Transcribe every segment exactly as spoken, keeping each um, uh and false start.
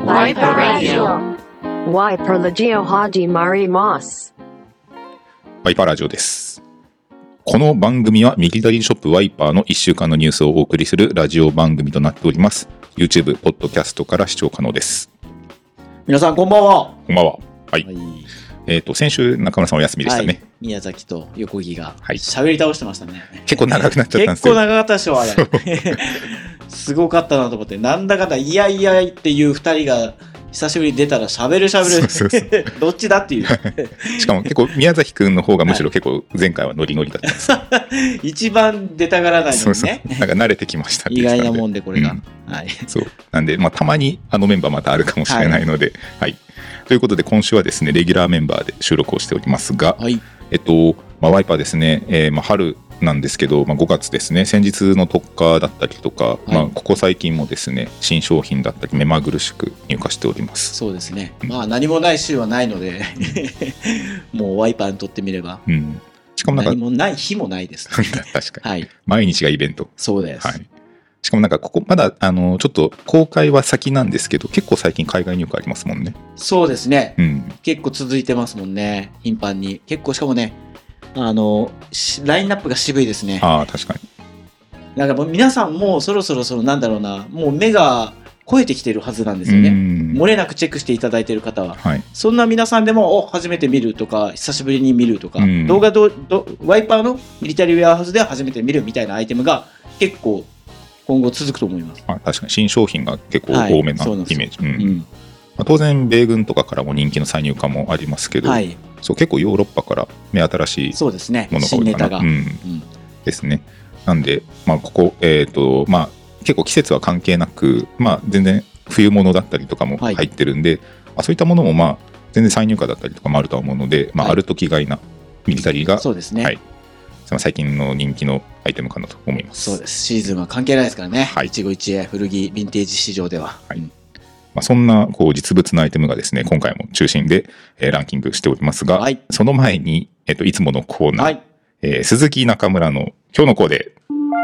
ワイパーラジオ。 ワイパーラジオ始まります。 ワイパーラジオです。この番組はミリタリーショップワイパーのいっしゅうかんのニュースをお送りするラジオ番組となっております。YouTube、ポッドキャストから視聴可能です。 皆さんこんばんは。 こんばんは。はい。 はい、 えっ、ー、と先週中村さんお休みでしたね。はい、 宮崎と横木がはい喋り倒してましたね。 結構長くなっちゃったんですよ。 結構長かったでしょあれ。すごかったなと思って、なんだかんだいやいやっていう二人が久しぶりに出たら喋る喋る。そうそうそうどっちだっていう。 しかも結構宮崎くんの方がむしろ結構前回はノリノリだったんです。 一番出たがらないのにね。そうそうなんか慣れてきましたって意外なもんでこれが。 うん、 はい。 そうなんでまあたまにあのメンバーまたあるかもしれないので、はい。はい、ということで今週はですねレギュラーメンバーで収録をしておりますが、はい、えっとまあ、ワイパーですね、えーまあ、春なんですけど、まあ、ごがつですね先日の特価だったりとか、はいまあ、ここ最近もですね新商品だったり目まぐるしく入荷しております。 そうですね、うん、まあ何もない週はないのでもうワイパーにとってみれば、うん、しかもなんか何もない日もないです、ね、 確かに、 はい、 毎日がイベント。 そうです、はい、 しかもなんかここまだあのちょっと公開は先なんですけど結構最近海外入荷ありますもんね。 そうですね、 うん、 結構続いてますもんね頻繁に。結構しかもねあのラインナップが渋いですね。 ああ確かに。 なんかもう皆さんもうそろそろそのなんだろうなもう目が超えてきてるはずなんですよね。漏れなくチェックしていただいている方は、はい、そんな皆さんでもお初めて見るとか久しぶりに見るとか、動画どどワイパーのミリタリーウェアハウスでは初めて見るみたいなアイテムが結構今後続くと思います。 あ確かに新商品が結構多めなイメージ、はいうんうんまあ、当然米軍とかからも人気の再入荷もありますけど、はい、そう結構ヨーロッパから目新しいものが多いかな。そうですね、新ネタが、うんうん、ですね。なんで、まあ、ここ、えーとまあ、結構季節は関係なく、まあ、全然冬物だったりとかも入ってるんで、はいまあ、そういったものも、まあ、全然再入荷だったりとかもあるとは思うので、まあ、あるときがいなミリタリーが、 そうですね、 はい、最近の人気のアイテムかなと思います。 そうです。シーズンは関係ないですからね、はい、一期一会古着ヴィンテージ市場では、 はいうんまあ、そんなこう実物のアイテムがですね今回も中心で、えー、ランキングしておりますが、はい、その前に、えっと、いつものコーナー、はいえー、鈴木中村の今日のコーデ。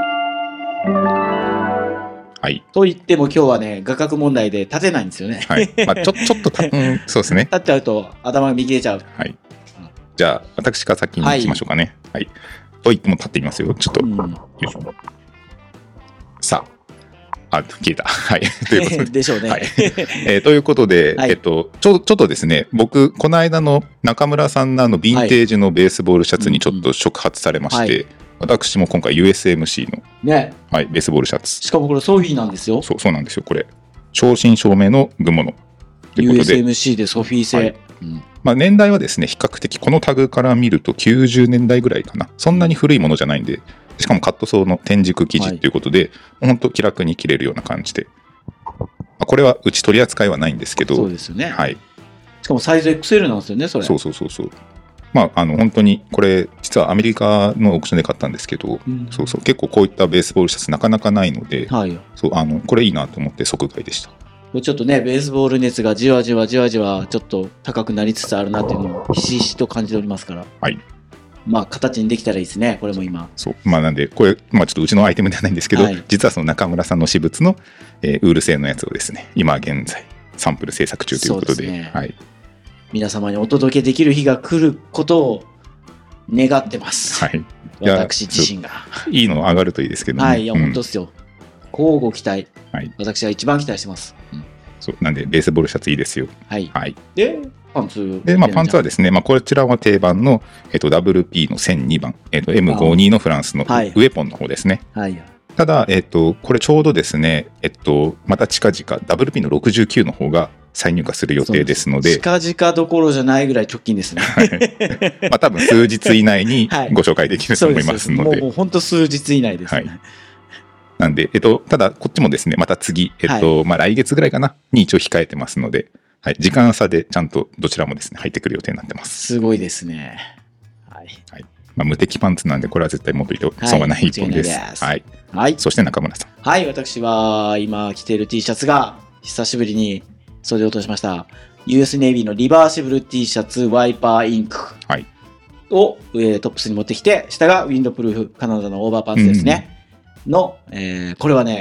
はい。 と言っても今日はね画角問題で立てないんですよね。 はい。まあ、ちょちょっとた、うん、そうですね。 立っちゃうと頭が見切れちゃう。 はい。じゃあ私から先に行きましょうかね。はい。はい、と言っても立ってみますよ。ちょっと。うん、よいしょ。さあ。あ、消えた。はい。ということで。 でしょうね。 はいえー、ということで、はい、えっと、ちょ、ちょっとですね、僕、この間の中村さんのあの、ヴィンテージのベースボールシャツにちょっと触発されまして、はいうんうん、私も今回 ユーエスエムシー の、ねはい、ベースボールシャツ。 しかもこれソフィーなんですよ。 そう、そうなんですよ、これ。正真正銘の軍物。 ユーエスエムシー でソフィー製。はいうんまあ、年代はですね、比較的このタグから見るときゅうじゅうねんだいぐらいかな。そんなに古いものじゃないんで、しかもカットソーの天竺生地ということで、はい、本当気楽に着れるような感じで。まあ、これはうち取り扱いはないんですけど。 そうですよね。 はい。 しかもサイズ エックスエル なんですよね、それ。 そうそうそうそう。まあ、あの本当にこれ実はアメリカのオークションで買ったんですけど、うん、そうそう結構こういったベースボールシャツなかなかないので、はい、そうあのこれいいなと思って即買いでした。 ちょっとねベースボール熱がじわじわじわじわちょっと高くなりつつあるなっていうのをひしひしと感じておりますから、 はい、 まあ形にできたらいいですね。これも今そうまあなんでこれ、まあ、ちょっとうちのアイテムではないんですけど、はい、実はその中村さんの私物の、えー、ウール製のやつをですね今現在サンプル制作中ということ で, で、ねはい、 皆様にお届けできる日が来ることを願ってます、はい、私自身がいいの上がるといいですけどね。 はいいや、うん、本当ですよ。交互期待、はい、私は一番期待してます、うん、 そうなんでベースボールシャツいいですよ。 はい、はい、でパンツで、まあ、パンツはですね、まあ、こちらは定番の、えっと、ダブリューピー のせんにばん、えっと、エムごじゅうに のフランスのウェポンの方ですね、はいはい、ただ、えっと、これちょうどですね、えっと、また近々 ダブリューピー のろくじゅうきゅうの方が再入荷する予定ですので、 近々どころじゃないぐらい直近ですね、はいまあ、多分数日以内にご紹介できると思いますので、はい、 もう本当数日以内ですね、はいなんで、えっと、ただこっちもですねまた次、えっとはいまあ、来月ぐらいかなに一応控えてますので、はい、時間差でちゃんとどちらもですね入ってくる予定になってます。 すごいですね、はいはいまあ、無敵パンツなんでこれは絶対持っておいて損はない一本です。はい、はい、そして中村さん。 はい、私は今着ている T シャツが久しぶりに袖を落としました ユーエス ネイビーのリバーシブル T シャツワイパーインクを、はい、トップスに持ってきて、下がウィンドプルーフカナダのオーバーパンツですね、うんの、えー、これはね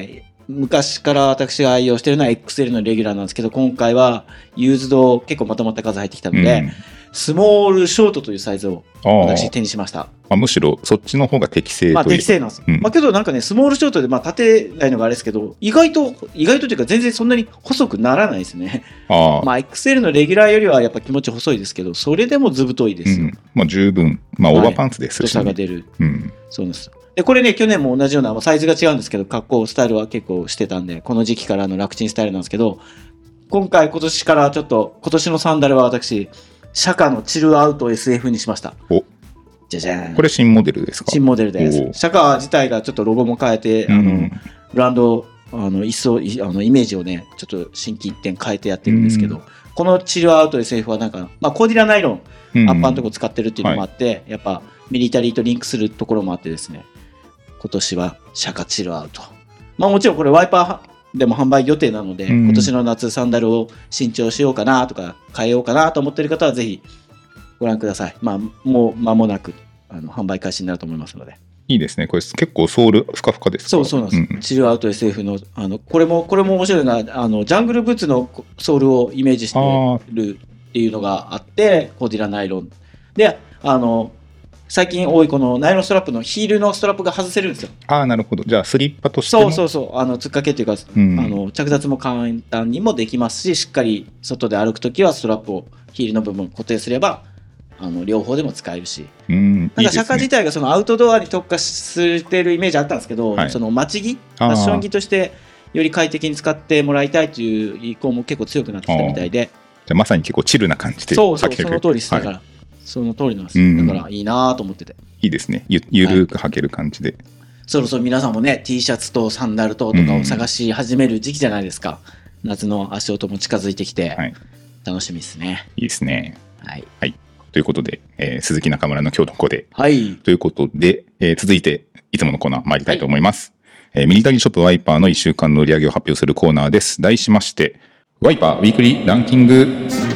昔から私が愛用しているのは エックスエル のレギュラーなんですけど、今回はユーズド結構まとまった数入ってきたので、うん、スモールショートというサイズを私手にしました。 まあ、むしろそっちの方が適正というまあ適正なんです、うん、まあ、けどなんかねスモールショートでまあ縦ないのがあれですけど、意外と意外とというか全然そんなに細くならないですね。あまあ エックスエル のレギュラーよりはやっぱ気持ち細いですけど、それでもずぶといですよ、うん、 まあ、十分、まあ、オーバーパンツですし、ね、 太さが出る、うん、そうなんです。でこれね去年も同じようなサイズが違うんですけど、格好スタイルは結構してたんで、この時期からの楽ちんスタイルなんですけど、今回今年からちょっと今年のサンダルは私シャカのチルアウト エスエフ にしました。 おじゃじゃん。 これ新モデルですか？ 新モデルです。シャカ自体がちょっとロゴも変えて、うん、あのブランドあの一層あのイメージをねちょっと新規一点変えてやってるんですけど、うん、このチルアウト エスエフ はなんか、まあ、コーディラナイロン、うん、アッパーのとこ使ってるっていうのもあって、はい、やっぱミリタリーとリンクするところもあってですね、今年はシャカチルアウト、まあ、もちろんこれワイパーでも販売予定なので、うん、今年の夏サンダルを新調しようかなとか変えようかなと思ってる方はぜひご覧ください。まあ、もう間もなくあの販売開始になると思いますので。 いいですね。これ結構ソールふかふかですか？ そうそうなんです、うん、チルアウト エスエフ の, あのこれもこれも面白いのが、あのジャングルブーツのソールをイメージしてるっていうのがあって、コーディラナイロンで、あの最近多いこのナイロンストラップのヒールのストラップが外せるんですよ。 ああ、なるほど。じゃあスリッパとしても。 そうそうそう、あのつっかけっていうか、うん、あの着脱も簡単にもできますし、しっかり外で歩くときはストラップをヒールの部分固定すればあの両方でも使えるし、うん、なんかシャカ自体がそのアウトドアに特化してるイメージあったんですけど、はい、その街着、ファッション着としてより快適に使ってもらいたいという意向も結構強くなってきたみたいで、 じゃあまさに結構チルな感じでそうそう、その通りです。だから、はい、その通りなんです、うん、だからいいなと思ってて、 いいですね。 ゆ, ゆるく履ける感じで、はい、 そろそろ皆さんもね T シャツとサンダルととかを探し始める時期じゃないですか、うん、夏の足音も近づいてきて、はい、楽しみですね。 いいですね。 はい、 はい、ということで、えー、鈴木中村の今日のここで、 はい、 ということで、えー、続いていつものコーナー参りたいと思います、はい。えー、ミリタリーショップワイパーのいっしゅうかんの売り上げを発表するコーナーです。題しましてワイパーウィークリーランキング。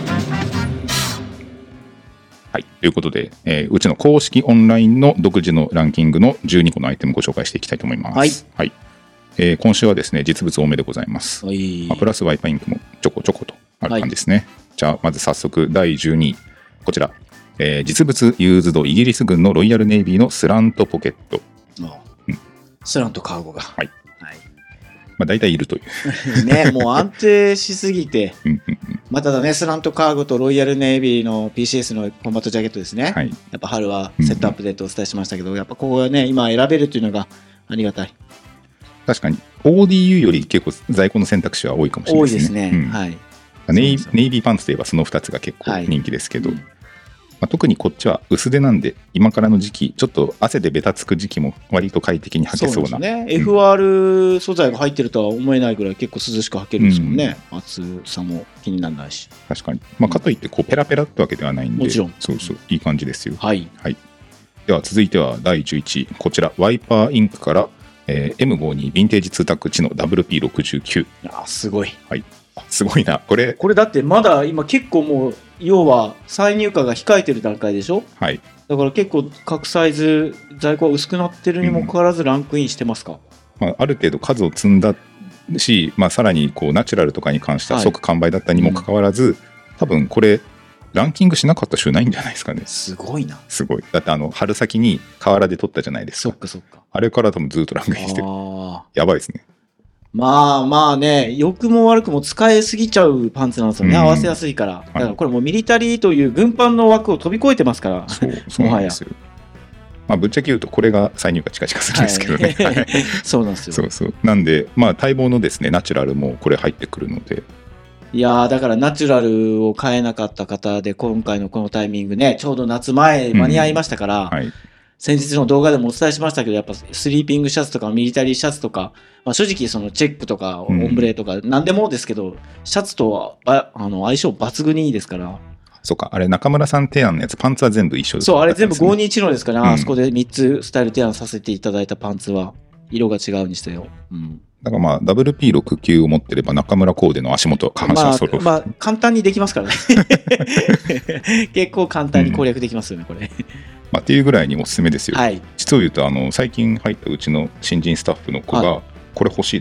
はい、ということで、えー、うちの公式オンラインの独自のランキングのじゅうにこのアイテムをご紹介していきたいと思います。 はい、 はい、えー、今週はですね実物多めでございます。はい、まあ、プラスワイパーインクもちょこちょことある感じですね。はい、じゃあまず早速だいじゅうにい、こちら、えー、実物ユーズドイギリス軍のロイヤルネイビーのスラントポケット。 ああ、うん、スラントカーゴが、 はい、はい、まあ、大体いるというね、もう安定しすぎてまあただね、スラントカーゴとロイヤルネイビーの ピーシーエス のコンバットジャケットですね、はい、やっぱ春はセットアップデートをお伝えしましたけど、うん、やっぱここはね今選べるっていうのがありがたい。 確かに オーディーユー より結構在庫の選択肢は多いかもしれないですね。 多いですね、うん、はい。 ネイ、ネイビーパンツといえばそのふたつが結構人気ですけど、はい、うん、まあ、特にこっちは薄手なんで今からの時期ちょっと汗でベタつく時期も割と快適に履けそうな。 そうですね、うん、エフアール 素材が入ってるとは思えないぐらい結構涼しく履けるんですもんね、うん、暑さも気にならないし。 確かに、まあ、かといってこうペラペラってわけではないんで、 もちろんそうそういい感じですよ。 はい、 はい、では続いてはだいじゅういちい、こちらワイパーインクから、えー、エムごじゅうに ヴィンテージツータック値の ダブリューピーろくじゅうきゅう。 あ、すごい、 はい、すごいな。これこれだってまだ今結構もう要は再入荷が控えてる段階でしょ。 はい、 だから結構各サイズ在庫は薄くなってるにもかかわらずランクインしてますか。 うん、まあ、ある程度数を積んだし、まあ、さらにこうナチュラルとかに関しては即完売だったにもかかわらず、はい、うん、多分これランキングしなかった週ないんじゃないですかね。 すごいな。 すごい。だってあの春先に河原で撮ったじゃないですか。 そっかそっか。 あれから多分ずっとランクインしてる。やばいですね。 まあまあね、良くも悪くも使いすぎちゃうパンツなんですよね、うん、合わせやすいから。だからこれもうミリタリーという軍パンの枠を飛び越えてますから。 そう、そうなんですよ。まあ、ぶっちゃけ言うとこれが再入荷近々するんですけどね。はい、 そうなんですよ。 そうそう。なんで、まあ、待望のですねナチュラルもこれ入ってくるので。 いやー、だからナチュラルを買えなかった方で今回のこのタイミングね、ちょうど夏前間に合いましたから、うん、はい、先日の動画でもお伝えしましたけど、やっぱスリーピングシャツとかミリタリーシャツとか、まあ、正直そのチェックとかオンブレとか何でもですけど、うん、シャツとはああの相性抜群にいいですから。 そうか、あれ中村さん提案のやつパンツは全部一緒です、ね、 そう、あれ全部ごにいちのですから、うん、あそこでみっつスタイル提案させていただいたパンツは色が違うにしてよ、うん、だからまあ ダブリューピーろくじゅうきゅう を持ってれば中村コーデの足元下半身は揃う、 まあ、まあ簡単にできますからね結構簡単に攻略できますよね、うん、これまあ、っていうぐらいにおすすめですよ、 はい、 実を言うとあの最近入ったうちの新人スタッフの子が、はい、これ欲しいですって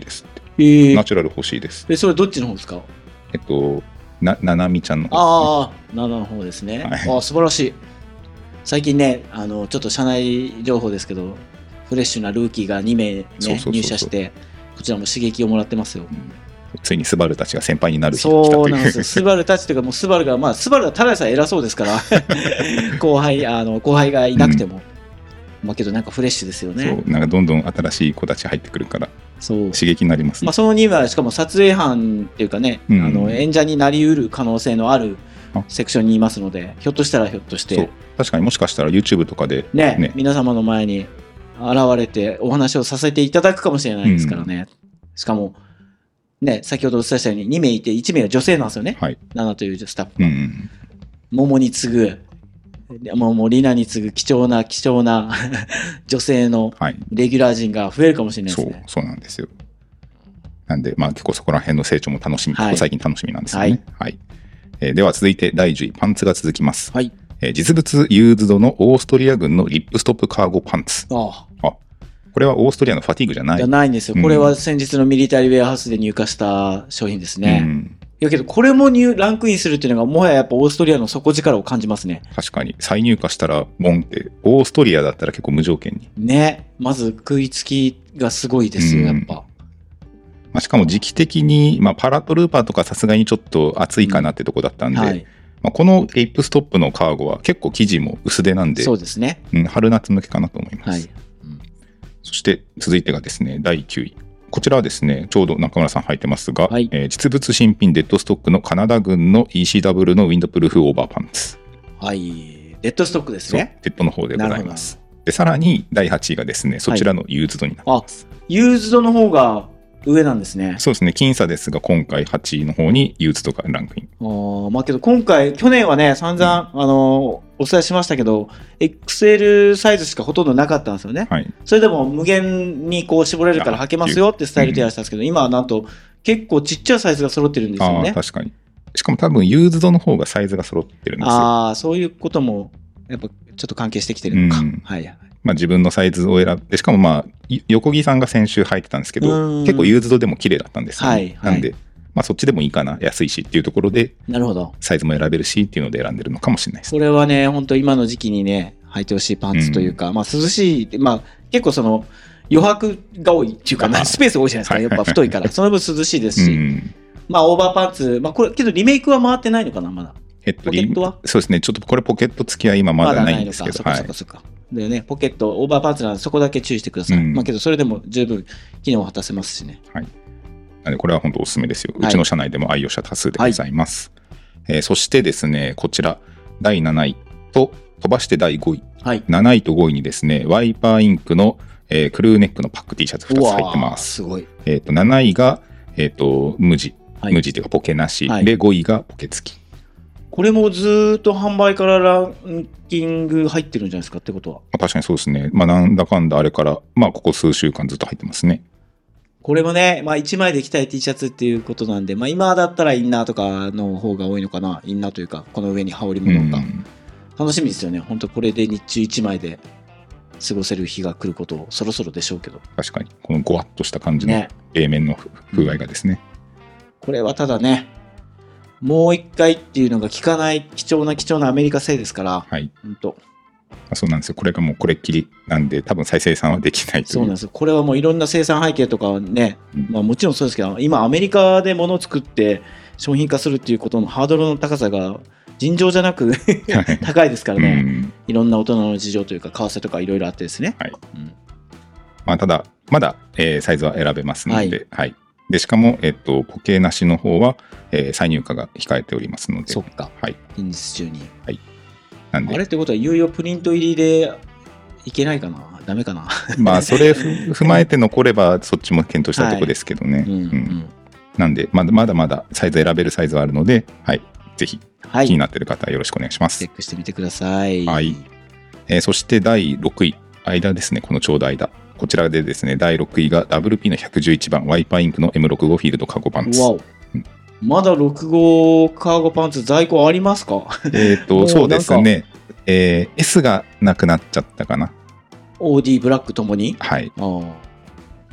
えー、ナチュラル欲しいです。 え、それどっちの方ですか？ えっとなななみちゃんの方ですね。 ああ、ななの方ですね。はい、ああ、素晴らしい。最近ね、あのちょっと社内情報ですけど、フレッシュなルーキーがにめい、ね、そうそうそうそう入社して、こちらも刺激をもらってますよ。うん、 ついにスバルたちが先輩になる日が来たという。そうなんですよ。 スバルたちというか、もうスバルが、まあ、スバルはただでさえ偉そうですから、後輩、あの後輩がいなくても。うん、まあ、けどなんかフレッシュですよね。 そう、なんかどんどん新しい子たち入ってくるから、そう刺激になりますね。 まあ、そのにはしかも撮影班っていうかね、うん、あの演者になりうる可能性のあるセクションにいますので、ひょっとしたらひょっとして。そう、 確かにもしかしたら YouTube とかで、 ねね、皆様の前に現れてお話をさせていただくかもしれないですからね。うん、しかもね、先ほどお伝えしたようににめいいていちめいは女性なんですよね。はい、ななというスタッフが、うん、桃に次ぐ、もうもうリナに次ぐ貴重な貴重な女性のレギュラー陣が増えるかもしれないですね。 はい、そう、そうなんですよ。なんでまあ結構そこら辺の成長も楽しみ、はい、最近楽しみなんですよね。はいはい、えー、では続いてだいじゅうい、パンツが続きます。はい、えー、実物ユーズドのオーストリア軍のリップストップカーゴパンツ。ああ、あ、これはオーストリアのファティーグじゃないじゃないんですよ。これは先日のミリタリーウェアハウスで入荷した商品ですね。うん、いやけどこれも入ランクインするっていうのがもはややっぱオーストリアの底力を感じますね。 確かに再入荷したらボンってオーストリアだったら結構無条件にね、まず食いつきがすごいですよ、やっぱ。まあ、しかも時期的に、まあ、パラトルーパーとかさすがにちょっと暑いかなってとこだったんで、うん、はい、まあ、このリップストップのカーゴは結構生地も薄手なんで、そうですね、うん、春夏向けかなと思います。はい、うん、そして続いてがですねだいきゅうい、こちらはですねちょうど中村さん履いてますが、はい、えー、実物新品デッドストックのカナダ軍の イーシーダブリュー のウィンドプルーフオーバーパンツ。 はい、デッドストックですね。 デッドの方でございます。でさらにだいはちいがですねそちらのユーズドになってます。 はい、あ、ユーズドの方が上なんですね。 そうですね、僅差ですが今回はちいの方にユーズドがランクイン。 あ、まあ、けど今回去年はね散々、うん、あのお伝えしましたけど エックスエル サイズしかほとんどなかったんですよね。はい、それでも無限にこう絞れるから履けますよってスタイル提案したんですけど、うん、今はなんと結構ちっちゃいサイズが揃ってるんですよね。 あ、確かに。しかも多分ユーズドの方がサイズが揃ってるんですよ。 ああ、そういうこともやっぱちょっと関係してきてるのか。うん、はい。 まあ、自分のサイズを選んで、しかもまあ横木さんが先週履いてたんですけど結構ユーズドでも綺麗だったんですよね。はいはい、なんで、まあ、そっちでもいいかな、安いしっていうところで、なるほど、サイズも選べるしっていうので選んでるのかもしれないです。 これはね本当今の時期にね履いてほしいパンツというか、うん、まあ、涼しい、まあ、結構その余白が多いっていうか、スペースが多いじゃないですか、やっぱ太いからその分涼しいですし、うん、まあオーバーパンツ、まあ、これけどリメイクは回ってないのかな、まだ。 えっと、ポケットはそうですね、ちょっとこれポケット付きは今まだないんですけど、 まだないのか、そっかそっかそっか、でね、ポケットオーバーパンツなのでそこだけ注意してください。うん、まあ、けどそれでも十分機能を果たせますしね。はい、 なのでこれは本当おすすめですよ。うちの社内でも愛用者多数でございます。はい、えー、そしてですねこちらだいなないと飛ばしてだいごい、はい、なないとごいにですねワイパーインクの、えー、クルーネックのパック T シャツふたつ入ってます。すごい。えー、となないが、えー、と無地、はい、無地というかポケなし、はい、でごいがポケ付き。 これもずっと販売からランキング入ってるんじゃないですかってことは。 確かにそうですね。まあ、なんだかんだあれから、まあ、ここ数週間ずっと入ってますね。 これもね、まあ、いちまいで着たい T シャツっていうことなんで、まあ、今だったらインナーとかの方が多いのかな。インナーというかこの上に羽織物が、うん、楽しみですよね。本当これで日中いちまいで過ごせる日が来ることをそろそろでしょうけど。 確かにこのゴワッとした感じの A 面の風合いがですね、 うん、これはただねもう一回っていうのが効かない貴重な貴重なアメリカ製ですから、はい、本当そうなんですよ。これがもうこれっきりなんで多分再生産はできないという。 そうなんですよ。これはもういろんな生産背景とかはね、うん、まあ、もちろんそうですけど今アメリカで物を作って商品化するっていうことのハードルの高さが尋常じゃなく高いですからね、うん、いろんな大人の事情というか為替とかいろいろあってですね、はい、うん、まあ、ただまだ、えー、サイズは選べますので、はい、はい、でしかも、えっと、ポケなしの方は、えー、再入荷が控えておりますので。 そっか、はい、近日中に、はい、 なんであれってことはいよいよプリント入りでいけないかな、ダメかなまあそれ踏まえて残ればそっちも検討したいところですけどね、はい、うんうん、なんでまだまだまだサイズ選べるサイズはあるので、はい、ぜひ気になっている方はよろしくお願いします。 チェックしてみてください。 はい、えー、そしてだいろくい、間ですね、このちょうど間、こちらでですねだいろくいが ダブリューピー のひゃくじゅういちばんワイパーインクの エムろくじゅうご フィールドカーゴパンツ。わお、うん、 まだろくじゅうごカーゴパンツ在庫ありますか？ えっとそうですね、えー、S がなくなっちゃったかな。 オーディー ブラックともに。 はい。あ、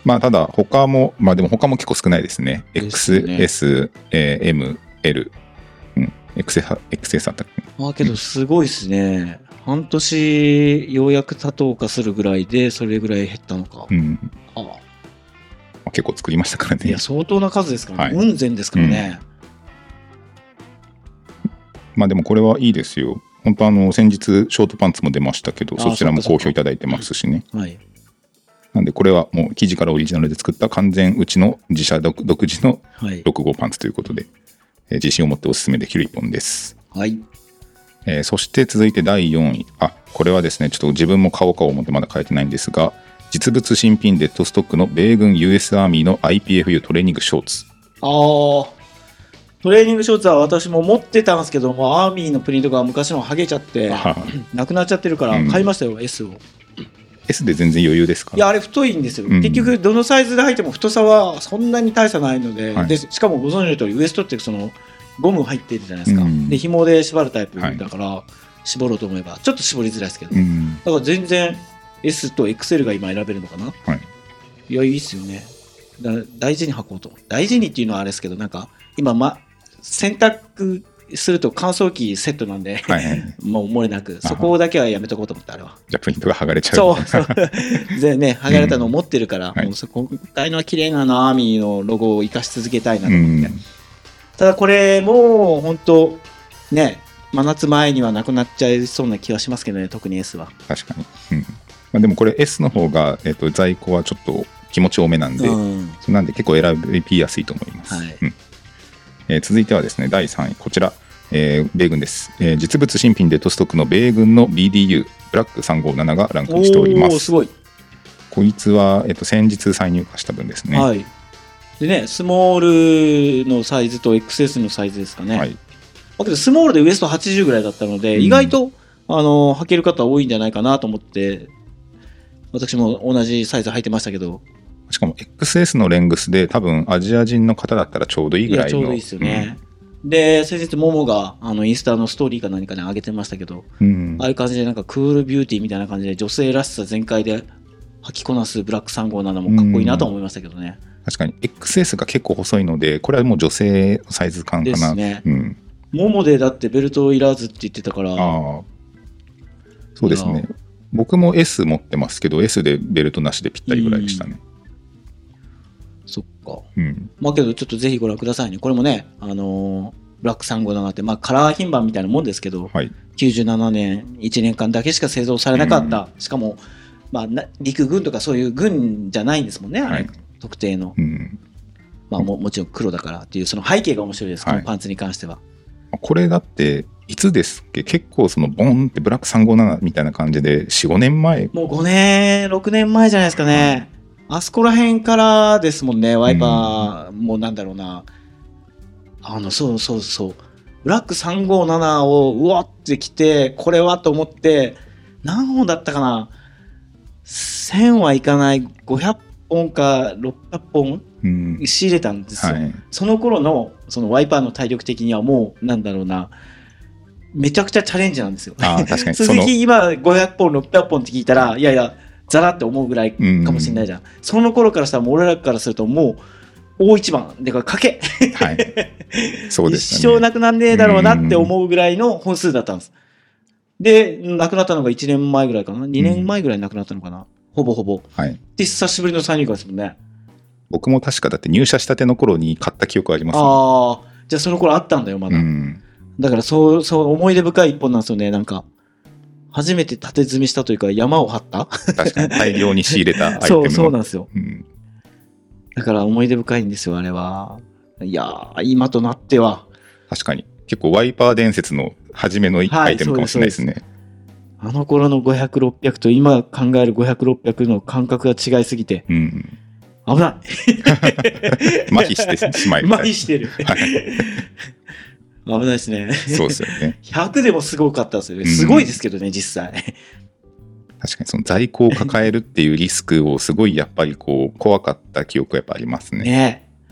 まあただ他もまあでも他も結構少ないですね。エックスエス、えー、エム、エル、うん、エックスエス エックスエス あったっけ。 あけどすごいですね。半年ようやく経とうかするぐらいでそれぐらい減ったのか。 うん。ああ結構作りましたからね。 いや相当な数ですからね。はい、雲仙ですからね。 うん、まあでもこれはいいですよ。本当あの先日ショートパンツも出ましたけど、そちらも好評いただいてますしね。はい。なんでこれはもう生地からオリジナルで作った完全うちの自社独自のろく号パンツということで、はい、えー、自信を持ってお勧めできる一本です。 はい。 えー、そして続いてだいよんい。あ、これはですね、ちょっと自分も買おうか思ってまだ買えてないんですが、実物新品デッドストックの米軍 ユーエス アーミーの アイピーエフユー トレーニングショーツ。 あー、トレーニングショーツは私も持ってたんですけども、アーミーのプリントが昔の剥げちゃってなくなっちゃってるから買いましたよ、うん、S を。 S で全然余裕ですか？ いやあれ太いんですよ、うん、結局どのサイズで履いても太さはそんなに大差ないの で,、はい、でしかもご存知の通りウエストってそのゴム入ってるじゃないですか、うん、で紐で縛るタイプだから、はい、絞ろうと思えばちょっと絞りづらいですけど、うん、だから全然 S と エックスエル が今選べるのかな、はい、いやいいっすよね。だ大事に履こうと。大事にっていうのはあれですけど、なんか今、ま、洗濯すると乾燥機セットなんで、はいはい、もう漏れなくそこだけはやめとこうと思って。あれはじゃあプリントが剥がれちゃう。 そうそうでね、剥がれたのを持ってるから、うん、もうそこ今の綺麗なアーミーのロゴを生かし続けたいなと思って、うん、ただこれもう本当ね、真夏前にはなくなっちゃいそうな気はしますけどね、特に S は。 確かに、うん、まあ、でもこれ S の方が、えーと、在庫はちょっと気持ち多めなんで、うん、なんで結構選びやすいと思います、はい。うん、えー、続いてはですねだいさんい、こちら、えー、米軍です、えー、実物新品デッドストックの米軍の ビーディーユー ブラックさんごーなながランクインしております。 おー、すごい。 こいつは、えー、と先日再入荷した分ですね。 はい。でね、スモールのサイズと エックスエス のサイズですかね。はい。だけどスモールでウエストはちじゅうぐらいだったので、うん、意外とあの履ける方多いんじゃないかなと思って、私も同じサイズ履いてましたけど。 しかも エックスエス のレングスで多分アジア人の方だったらちょうどいいぐらいの。いやちょうどいいですよね、うん、で先日モモがあのインスタのストーリーか何かで上げてましたけど、うん、ああいう感じでなんかクールビューティーみたいな感じで女性らしさ全開で履きこなすブラックさんごーななもかっこいいなと思いましたけどね、 うん、確かに エックスエス が結構細いのでこれはもう女性サイズ感かなですね、うん、 モモでだってベルトいらずって言ってたから。あ、 そうですね、僕も S 持ってますけど S でベルトなしでぴったりぐらいでしたね。 そっか、うん、まあけどちょっとぜひご覧くださいね。これもね、あのー、ブラックさんごーななって、まあ、カラー品番みたいなもんですけど、はい、きゅうじゅうななねんいちねんかんだけしか製造されなかった、うん、しかも、まあ、陸軍とかそういう軍じゃないんですもんね、はい、特定の、うん、まあ、も, もちろん黒だからっていうその背景が面白いです、はい、このパンツに関しては。 これだっていつですっけ？結構そのボンってブラックさんごーななみたいな感じで よん,ご 年前、 もうごねんろくねんまえじゃないですかね、うん、あそこら辺からですもんね。ワイパーもなんだろうな、あのそうそうそうブラックさんごーななをうわってきて、これはと思って何本だったかな、せんはいかないごひゃっぽんかろっぴゃっぽん仕入れたんですよ、はい、その頃のそのワイパーの体力的にはもうなんだろうな、めちゃくちゃチャレンジなんですよ。あ、確かに鈴木今ごひゃっぽんろっぴゃっぽんって聞いたらいやいやザラって思うぐらいかもしれないじゃん、うん、その頃からしたらもう俺らからするともう大一番でか賭け、はい、そうでしたね、一生なくなんねえだろうなって思うぐらいの本数だったんです。で亡くなったのがいちねんまえぐらいかな、にねんまえぐらいに亡くなったのかな、うん、ほぼほぼ、はい、で久しぶりの再入荷ですもんね。 僕も確かだって入社したての頃に買った記憶ありますね。 ああ、じゃあその頃あったんだよまだ、うん、だからそうそう思い出深い一本なんですよね。なんか初めて縦積みしたというか山を張った確かに大量に仕入れたアイテムそうそうなんですよ、うん、だから思い出深いんですよあれは。いや今となっては確かに結構ワイパー伝説の初めのアイテムかもしれないですね、はい、 あの頃のごひゃくろっぴゃくと今考えるごひゃくろっぴゃくの感覚が違いすぎて、うん、危ない麻痺してしまい麻痺してる、はい、危ないですね。 そうですよね。 ひゃくでもすごかったですよね。すごいですけどね、うん、実際。 確かにその在庫を抱えるっていうリスクをすごいやっぱりこう怖かった記憶がやっぱありますね。ね。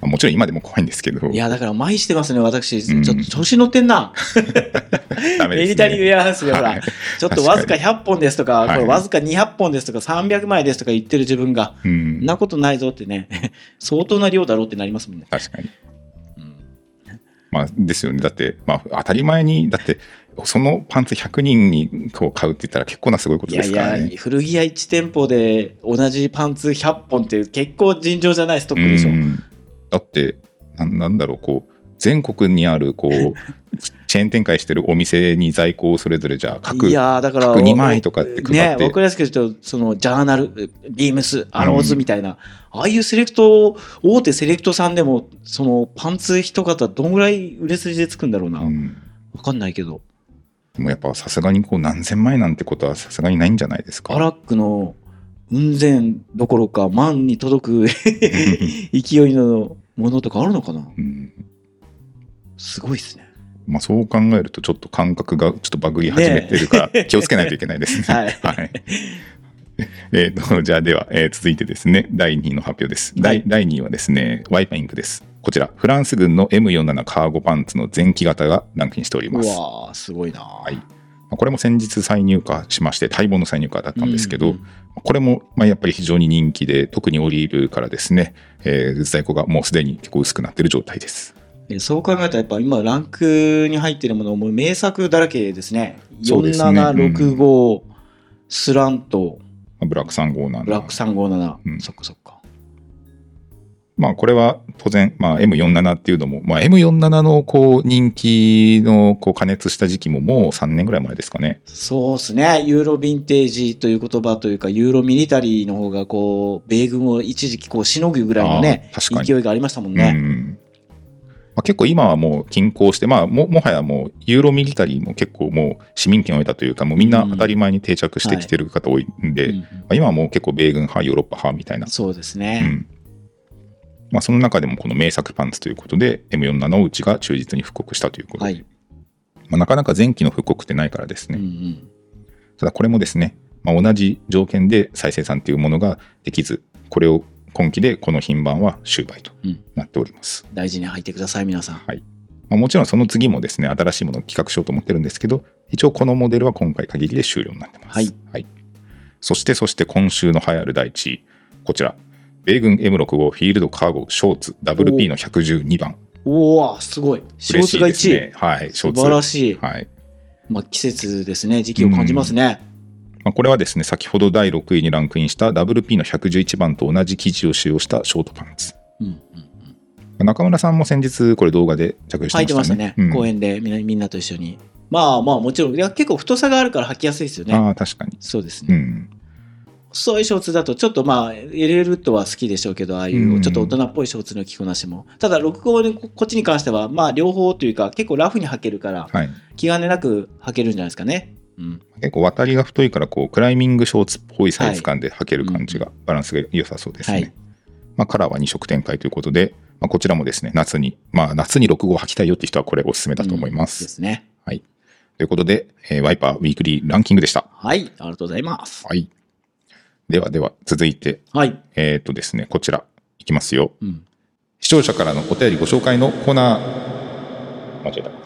もちろん今でも怖いんですけど。 いやだから麻痺してますね私、うん、ちょっと調子乗ってんなダメですね、ミリタリーウェアハウスでほら、はい、ちょっとわずかひゃっぽんですとか、はい、これわずかにひゃっぽんですとかさんびゃくまいですとか言ってる自分が、うん、なことないぞってね相当な量だろうってなりますもんね。 確かに、うん、まあですよね。だって、まあ、当たり前にだってそのパンツひゃくにんにこう買うって言ったら結構なすごいことですからね。いやいや古着屋いち店舗で同じパンツひゃっぽんって結構尋常じゃないストックでしょ。うんだってな、なんだろうこう全国にあるこうチェーン展開してるお店に在庫をそれぞれじゃあ各、いやだから各にまいとかって配ってね、分かりやすく言うとそのジャーナルビームスアローズみたいな、うん、ああいうセレクト大手セレクトさんでもそのパンツ一型どんぐらい売れ筋でつくんだろうな、うん、分かんないけどでもやっぱさすがにこう何千枚なんてことはさすがにないんじゃないですか。 アラックの雲仙どころか万に届く勢いのものとかあるのかな、うん、すごいですね。 まあそう考えるとちょっと感覚がちょっとバグり始めてるから気をつけないといけないですね。はい、はい、えーとじゃあでは、えー、続いてですねだいにいの発表です。はい、だいにいはですねワイパインクです。こちらフランス軍の エムよんじゅうなな カーゴパンツの前期型がランクインしております。 うわーすごいな、 はい、これも先日再入荷しまして待望の再入荷だったんですけど、うんうん、これもまあやっぱり非常に人気で特にオリーブからですね、えー、在庫がもうすでに結構薄くなっている状態です。 そう考えたらやっぱ今ランクに入っているものも名作だらけですね。よんななろくご、うん、スラントブラックさんごーななブラックさんごーなな、うん、そっかそっか。 まあこれは当然、まあ、エムよんじゅうなな っていうのも、まあ、エムよんじゅうなな のこう人気のこう加熱した時期ももうさんねんぐらい前ですかね。 そうですね。ユーロヴィンテージという言葉というかユーロミリタリーの方がこう米軍を一時期こうしのぐぐらいのね勢いがありましたもんね。うんまあ、結構今はもう均衡して、まあ、も, もはやもうユーロミリタリーも結構もう市民権を得たというかもうみんな当たり前に定着してきてる方多いんで、うんはいうんまあ、今はもう結構米軍派ヨーロッパ派みたいな。 そうですね。うんまあ、その中でもこの名作パンツということで エムよんじゅうなな のうちが忠実に復刻したということで、はいまあ、なかなか前期の復刻ってないからですね、うんうん、ただこれもですね、まあ、同じ条件で再生産というものができずこれを今期でこの品番は終売となっております、 うん、大事に履いてください皆さん、 はいまあ、もちろんその次もですね新しいものを企画しようと思ってるんですけど一応このモデルは今回限りで終了になってます、はいはい、そしてそして今週の流行るだいいちいこちら米軍 エムろくご フィールドカーゴショーツ ダブリューピー のひゃくじゅうにばん。 おおすごい。ショーツがいちい。 ね、はい、 ショーツ。素晴らしい。はい。まあ季節ですね。時期を感じますね。 まあ、これはですね、先ほどだいろくいにランクインした ダブリューピー のひゃくじゅういちばんと同じ生地を使用したショートパンツ。うんうんうん、中村さんも先日これ動画で着用してましたね。履いてましたね。 うん、公園でみんな、みんなと一緒に。まあまあもちろんいや結構太さがあるから履きやすいですよね。 ああ確かに。 そうですね。うん細いショーツだとちょっとまあエレルットは好きでしょうけどああいうちょっと大人っぽいショーツの着こなしもただろくごうこっちに関してはまあ両方というか結構ラフに履けるから気兼ねなく履けるんじゃないですかね、うん、 結構渡りが太いからこうクライミングショーツっぽいサイズ感で履ける感じがバランスが良さそうですね、はいまあ、カラーはに色展開ということで、まあ、こちらもですね夏にまあ夏にろくごう履きたいよって人はこれおすすめだと思います、 うん、ですねはいということで、えー、ワイパーウィークリーランキングでした。 はいありがとうございます。 はいではでは続いて、はい、えっとですねこちらいきますよ、うん、視聴者からのお便りご紹介のコーナー間違えた、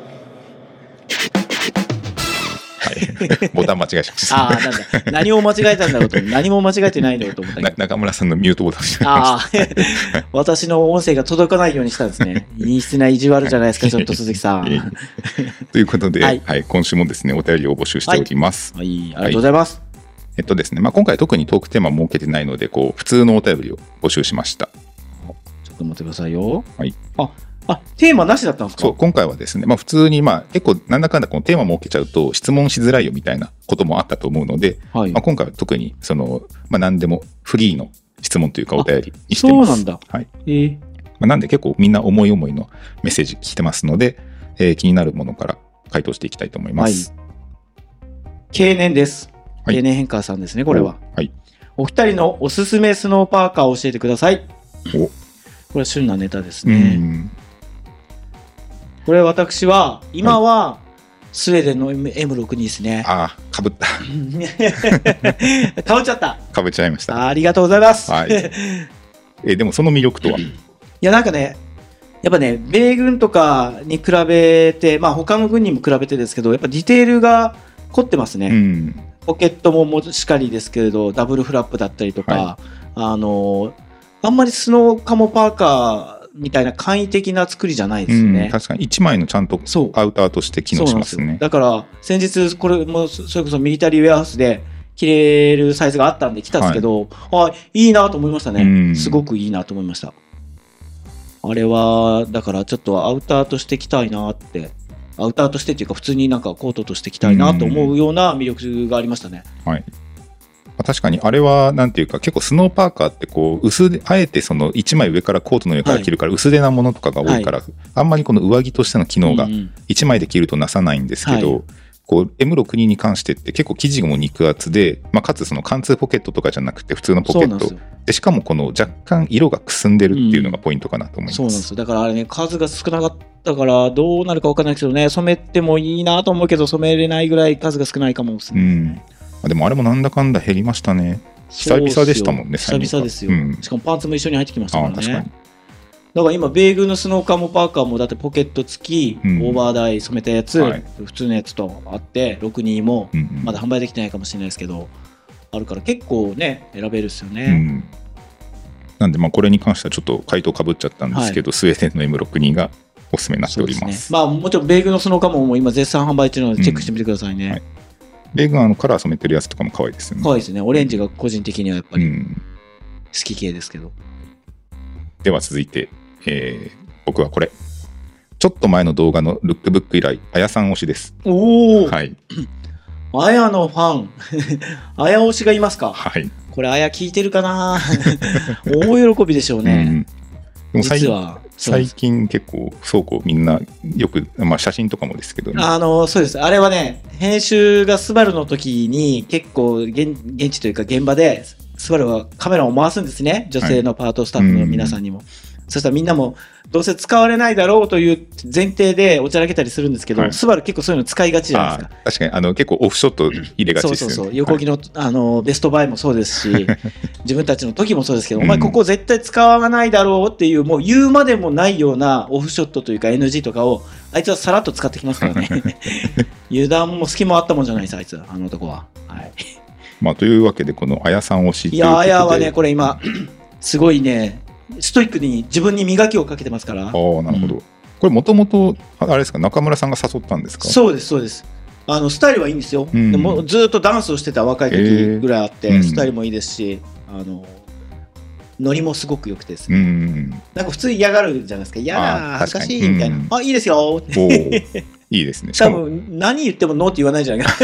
はい、ボタン間違えしましたああなんだ何を間違えたんだろうと何も間違えてないんだろうと思ったけど中村さんのミュートボタンしてました。 あ私の音声が届かないようにしたんですね。陰湿な意地悪じゃないですかちょっと鈴木さんということで、はいはい、今週もですねお便りを募集しております、 はい、はい、ありがとうございます、はいえっとですねまあ、今回特にトークテーマ設けてないのでこう普通のお便りを募集しました。 ちょっと待ってくださいよ、 はい、 ああテーマなしだったんですか。 そう今回はですね、まあ、普通にまあ結構なんだかんだこのテーマ設けちゃうと質問しづらいよみたいなこともあったと思うので、はいまあ、今回は特にその、まあ、何でもフリーの質問というかお便りにしてます。 そうなんだ、 はいえーまあ、なんで結構みんな思い思いのメッセージ来てますので、えー、気になるものから回答していきたいと思います、はい、 経年です。経年変化さんですねこれは、はい、お二人のおすすめスノーパーカーを教えてください。おこれは旬なネタですね。うんこれ私は今はスウェーデンの エムろくに ですね。 ああかぶったかぶっちゃったかぶっちゃいました。 あ, ありがとうございます、 はい、えでもその魅力とはいやなんかねやっぱね、米軍とかに比べて、まあ他の軍にも比べてですけど、やっぱディテールが凝ってますね。うん、ポケットももしかりですけれど、ダブルフラップだったりとか、はい、あのあんまりスノーカモパーカーみたいな簡易的な作りじゃないですね。 うん、確かにいちまいのちゃんとアウターとして機能しますね。 だから先日これもそれこそミリタリーウェアハウスで着れるサイズがあったんで来たんですけど、はい、あ、いいなと思いましたね、うん、すごくいいなと思いました。あれはだからちょっとアウターとして着たいなって、アウターとしてっていうか普通になんかコートとして着たいなと思うような魅力がありましたね。 はい、確かにあれはなんていうか結構スノーパーカーってこう薄手、あえてそのいちまい上からコートの上から着るから薄手なものとかが多いから、はい、あんまりこの上着としての機能がいちまいで着るとなさないんですけど、はい、こう エムろくじゅうに に関してって結構生地も肉厚で、まあ、かつその貫通ポケットとかじゃなくて普通のポケット で, でしかもこの若干色がくすんでるっていうのがポイントかなと思います。 そうなんですよ。だからあれね、数が少なかったからどうなるか分からないけどね、染めてもいいなと思うけど染めれないぐらい数が少ないかもですね。うん、 でもあれもなんだかんだ減りましたね。久々でしたもんね。 久々ですよ、うん、しかもパンツも一緒に入ってきましたからね。あ、確かに。だから今米軍のスノーカーもパーカーもだってポケット付き、うん、オーバーダイ染めたやつ、はい、普通のやつとあってろくじゅうにもまだ販売できてないかもしれないですけど、うんうん、あるから結構ね選べるっすよね、うん、 なんでまあこれに関してはちょっと回答かぶっちゃったんですけど、はい、スウェーデンの エムろくじゅうに がおすすめになっております。そうですね。まあもちろん米軍のスノーカーも今絶賛販売中なのでチェックしてみてくださいね、うん、はい、 米軍はあのカラー染めてるやつとかも可愛いですよね。 可愛いですね。オレンジが個人的にはやっぱり好き系ですけど、うん、 では続いて、えー、僕はこれちょっと前の動画のルックブック以来あやさん推しです。 おお、 はい、 あやのファンあや推しがいますか。 はい、 これあや聞いてるかな大喜びでしょうね、うん、 でも実は最近結構倉庫みんなよく、まあ、写真とかもですけど、ね、 あのそうです。あれはね、編集がスバルの時に結構 現, 現地というか現場でスバルはカメラを回すんですね、女性のパートスタッフの皆さんにも、はい、そしたらみんなもどうせ使われないだろうという前提でおちゃらけたりするんですけど、はい、スバル結構そういうの使いがちじゃないですか。 確かにあの結構オフショット入れがちですよね。 そうそうそう、横木の、はい、あのベストバイもそうですし自分たちの時もそうですけど、お前ここ絶対使わないだろうっていうもう言うまでもないようなオフショットというか エヌジー とかをあいつはさらっと使ってきますからね油断も隙もあったもんじゃないです、あいつ、あの男は。はい、 まあ、というわけでこのあやさん推しということで、いやあやはねこれ今すごいねストイックに自分に磨きをかけてますから。ああ、なるほど、うん、これもともとあれですか、中村さんが誘ったんですか。 そうですそうです。あのスタイルはいいんですよ、うん、でもずっとダンスをしてた若い時ぐらいあって、えー、スタイルもいいですし、あのノリもすごく良くてですね、うん、なんか普通嫌がるじゃないですか、嫌だ恥ずかしいみたいな、うん、あいいですよいいですね。 しかも多分何言ってもノーって言わないじゃないか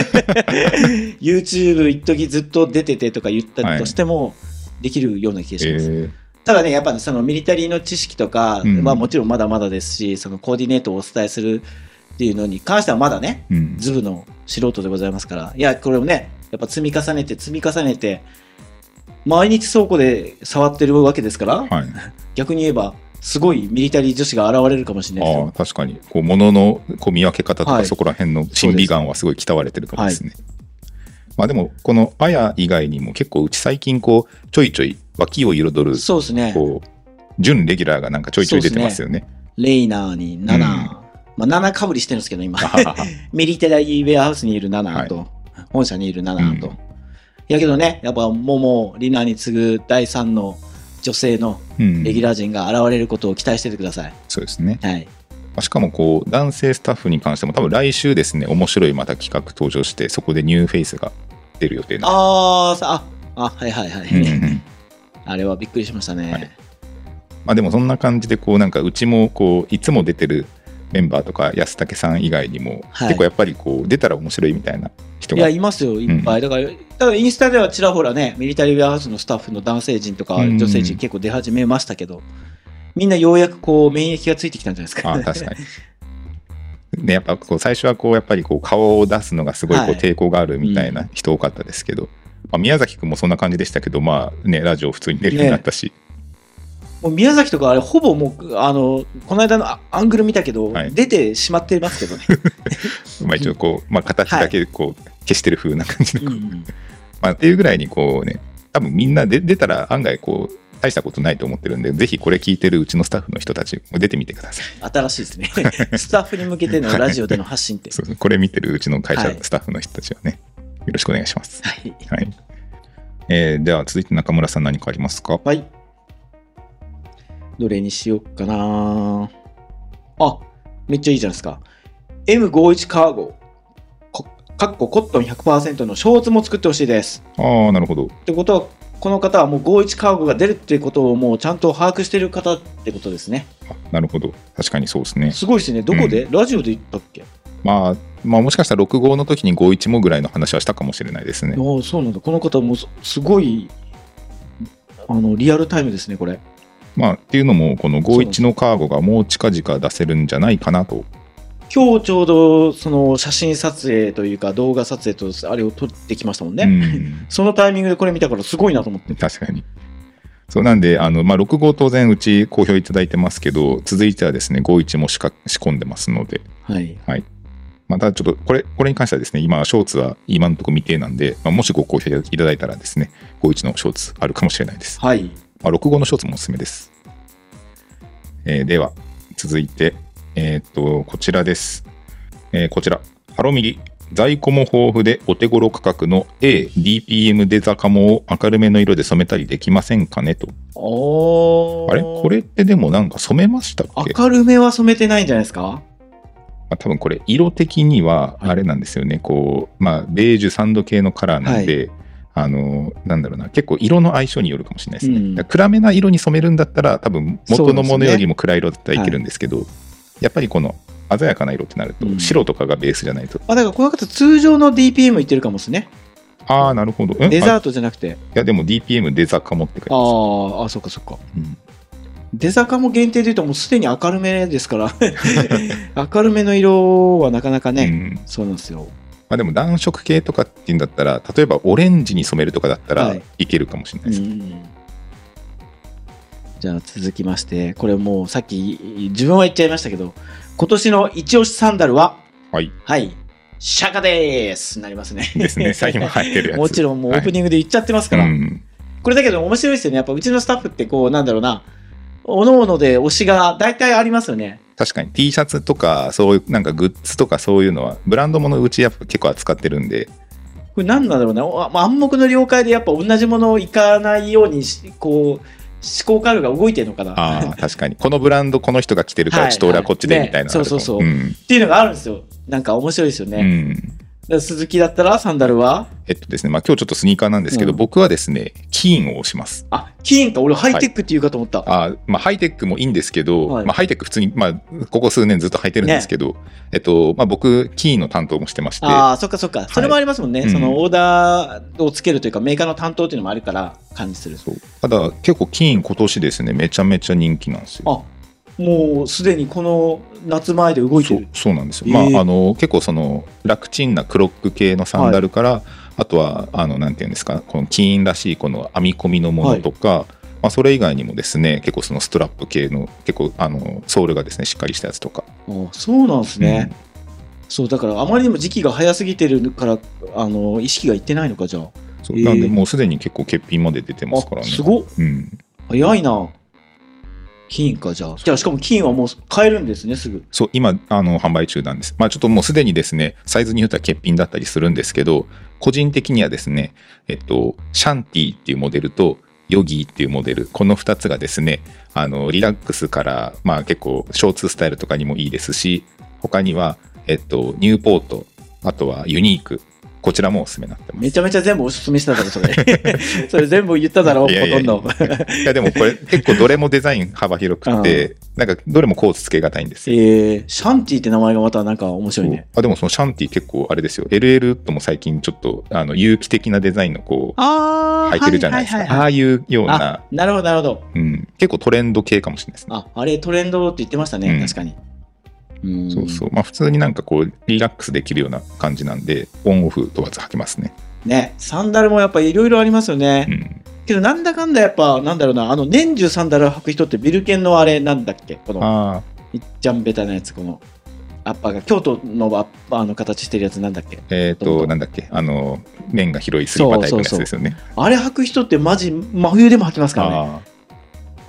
YouTube 一時ずっと出ててとか言ったとしてもできるような気がします、はい、えーただね、やっぱそのミリタリーの知識とか、うん、まあもちろんまだまだですし、そのコーディネートをお伝えするっていうのに関してはまだね、うん、ズブの素人でございますから、いやこれをねやっぱ積み重ねて積み重ねて毎日倉庫で触ってるわけですから、はい、逆に言えばすごいミリタリー女子が現れるかもしれないですよ。 あ、確かにこう物のこう見分け方とか、はい、そこら辺の審美眼はすごい鍛われてるからですね。はい、まあでもこのあや以外にも結構うち最近こうちょいちょい脇を彩る、 そうですね、 こう準レギュラーがなんかちょいちょい出てますよね。 レイナーにナナ、うん、まあナナかぶりしてるんですけど今ミリタリーウェアハウスにいるナナと、はい、本社にいるナナと、うん、いやけどね、やっぱモモリナに次ぐだいさんの女性のレギュラー陣が現れることを期待しててください、うん、 そうですね、 はい、 しかもこう男性スタッフに関しても多分来週ですね、面白いまた企画登場して、そこでニューフェイスが出る予定なんです。 あーああはいはいはい、うんうん、あれはびっくりしましたね、はい、 まあ、でもそんな感じでこうなんかうちもこういつも出てるメンバーとか安武さん以外にも、はい、結構やっぱりこう出たら面白いみたいな人がいやいますよ、いっぱい、うん、だからただインスタではちらほらねミリタリーウェアハウスのスタッフの男性陣とか女性陣結構出始めましたけど、うん、みんなようやくこう免疫がついてきたんじゃないですか。 あ、確かにね、やっぱこう最初はこうやっぱりこう顔を出すのがすごいこう抵抗があるみたいな人多かったですけど、はい、まあ、宮崎くんもそんな感じでしたけど、まあね、ラジオ普通に出るようになったし、ね、 もう宮崎とかあれほぼもうあのこの間のアングル見たけど、はい、出てしまってますけどねまあ一応こう、まあ、形だけこう消してる風な感じの、はい、まあっていうぐらいにこうね、多分みんなで出たら案外こう大したことないと思ってるんで、ぜひこれ聞いてるうちのスタッフの人たちも出てみてください。 新しいですね。スタッフに向けてのラジオでの発信って。 そう、これ見てるうちの会社、はい、スタッフの人たちはね、よろしくお願いします。 はい。 はい。えー、では続いて中村さん何かありますか？ はい。どれにしようかな。あ、めっちゃいいじゃないですか。エムごじゅういち カーゴ。かっこコットン ひゃくパーセント のショーツも作ってほしいです。 ああ、なるほど。 ってことは、この方はもうごじゅういちカーゴが出るっていうことをもうちゃんと把握している方ってことですね。 あ、なるほど。確かにそうですね。 すごいですね。どこで、うん、ラジオで言ったっけ？ まあ、まあ、もしかしたらろく号の時にごじゅういちもぐらいの話はしたかもしれないですね。 ああ、そうなんだ。この方もすごいあのリアルタイムですね、これ。 まあ、っていうのも、このごじゅういちのカーゴがもう近々出せるんじゃないかなと。 今日ちょうどその写真撮影というか動画撮影とあれを撮ってきましたもんね。うん、そのタイミングでこれ見たからすごいなと思って。 確かに。そうなんで、あの、まあ、ろく号当然うち好評いただいてますけど、続いてはですね、ごじゅういちも仕込んでますので。 はい。 はい。またちょっとこれ、これに関してはですね、今、ショーツは今のところ未定なんで、まあ、もしご好評いただいたらですね、ごじゅういちのショーツあるかもしれないです。 はい。 まあ、ろく号のショーツもおすすめです。えー、では、続いて、えー、っと、こちらです。えー、こちら、ハロミリ。在庫も豊富でお手頃価格の A、ディーピーエム デザカモを明るめの色で染めたりできませんかねと。 おー。 あれこれってでもなんか染めましたっけ？ 明るめは染めてないんじゃないですか？ まあ、多分これ色的にはあれなんですよね。はい、こう、まあ、ベージュサンド系のカラーなんで、はい、あの、なんだろうな、結構色の相性によるかもしれないですね。うん、暗めな色に染めるんだったら多分元のものよりも暗い色だったらいけるんですけど、はい、やっぱりこの鮮やかな色ってなると、うん、白とかがベースじゃないと。 あ、だからこの方通常の ディーピーエム いってるかもですね。 ああ、なるほど。 デザートじゃなくて。いや、でも ディーピーエム デザカモって書いてます。 ああ、そっかそっか。うん、デザカモ限定で言うともうすでに明るめですから明るめの色はなかなかね、うん、そうなんですよ。 まあ、でも暖色系とかっていうんだったら、例えばオレンジに染めるとかだったらいけるかもしれないです、ね。はい、うん、 じゃあ続きまして、これもうさっき自分は言っちゃいましたけど、今年の一押しサンダルは、 はい、 はい、シャカでーすなりますね。 ですね、最近も入ってるやつ。 もちろんもうオープニングで言っちゃってますから。はい、うん、これだけど面白いですよね。やっぱうちのスタッフってこうなんだろうな、おのおので推しが大体ありますよね。 確かに T シャツとかそういうなんかグッズとかそういうのはブランドものうちやっぱ結構扱ってるんで。 これ何なんだろうな、暗黙の了解でやっぱ同じものをいかないようにこう思考回路が動いてるのかな。 あ確かにこのブランドこの人が着てるからちょっと俺はこっちでみたいな、はいはいね、 そうそうそう、うん、っていうのがあるんですよ。なんか面白いですよね。うん、だ鈴木だったらサンダルはえっとですね、まあ、今日ちょっとスニーカーなんですけど、うん、僕はですねキーンを押します。 あ、キーンか。俺ハイテックって言うかと思った。 はい、あまあ、ハイテックもいいんですけど、はい、まあ、ハイテック普通に、まあ、ここ数年ずっと履いてるんですけど、ね、えっとまあ、僕キーンの担当もしてまして。 ああ、そっかそっか、はい、それもありますもんね、うん、そのオーダーをつけるというかメーカーの担当っていうのもあるから感じする。 そうただ結構キーン今年ですねめちゃめちゃ人気なんですよ。 あもうすでにこの夏前で動いてる。 そう、そうなんですよ、えーまあ、あの結構その楽ちんなクロック系のサンダルから、はい、あとはあのなんていうんですか、このキーンらしいこの編み込みのものとか、はい、まあ、それ以外にもですね結構そのストラップ系の結構あのソールがですねしっかりしたやつとか。 あそうなんですね、うん、そうだからあまりにも時期が早すぎてるからあの意識がいってないのか。じゃあそう、えー、なんでもうすでに結構欠品まで出てますからね。 すごっ、うん、早いな。キーンか。じゃあじゃあしかもキーンはもう買えるんですねすぐ。 そう今あの販売中なんです。まあちょっともうすでにですねサイズによっては欠品だったりするんですけど、個人的にはですねえっとシャンティっていうモデルとヨギーっていうモデル、このふたつがですねあのリラックスからまあ結構ショーツスタイルとかにもいいですし、他にはえっとニューポート、あとはユニーク、こちらもおすすめになってます。 めちゃめちゃ全部おすすめしただろそれそれ全部言っただろう。ほとんどいやでもこれ結構どれもデザイン幅広くてなんかどれもコーツつけがたいんですよ。 えー、シャンティって名前がまたなんか面白いね。 あでもそのシャンティ結構あれですよ、 エルエル とも最近ちょっとあの有機的なデザインのこう履いてるじゃないですか。 あ,、はいはいはいはい、ああいうような。 あなるほどなるほど、 うん、結構トレンド系かもしれないですね。 ああれトレンドって言ってましたね、うん、確かに。 うんそうそう、まあ普通になんかこうリラックスできるような感じなんでオンオフ問わず履けますね。 ね、サンダルもやっぱいろいろありますよね、うん、けどなんだかんだやっぱなんだろうな、あの年中サンダル履く人ってビルケンのあれなんだっけ、このいっちゃんベタなやつ、このアッパーが京都のアッパーの形してるやつなんだっけ、 えっとなんだっけ、あの面が広いスリッパタイプのやつですよね。 そうそうそう、あれ履く人ってマジ真冬でも履きますからね。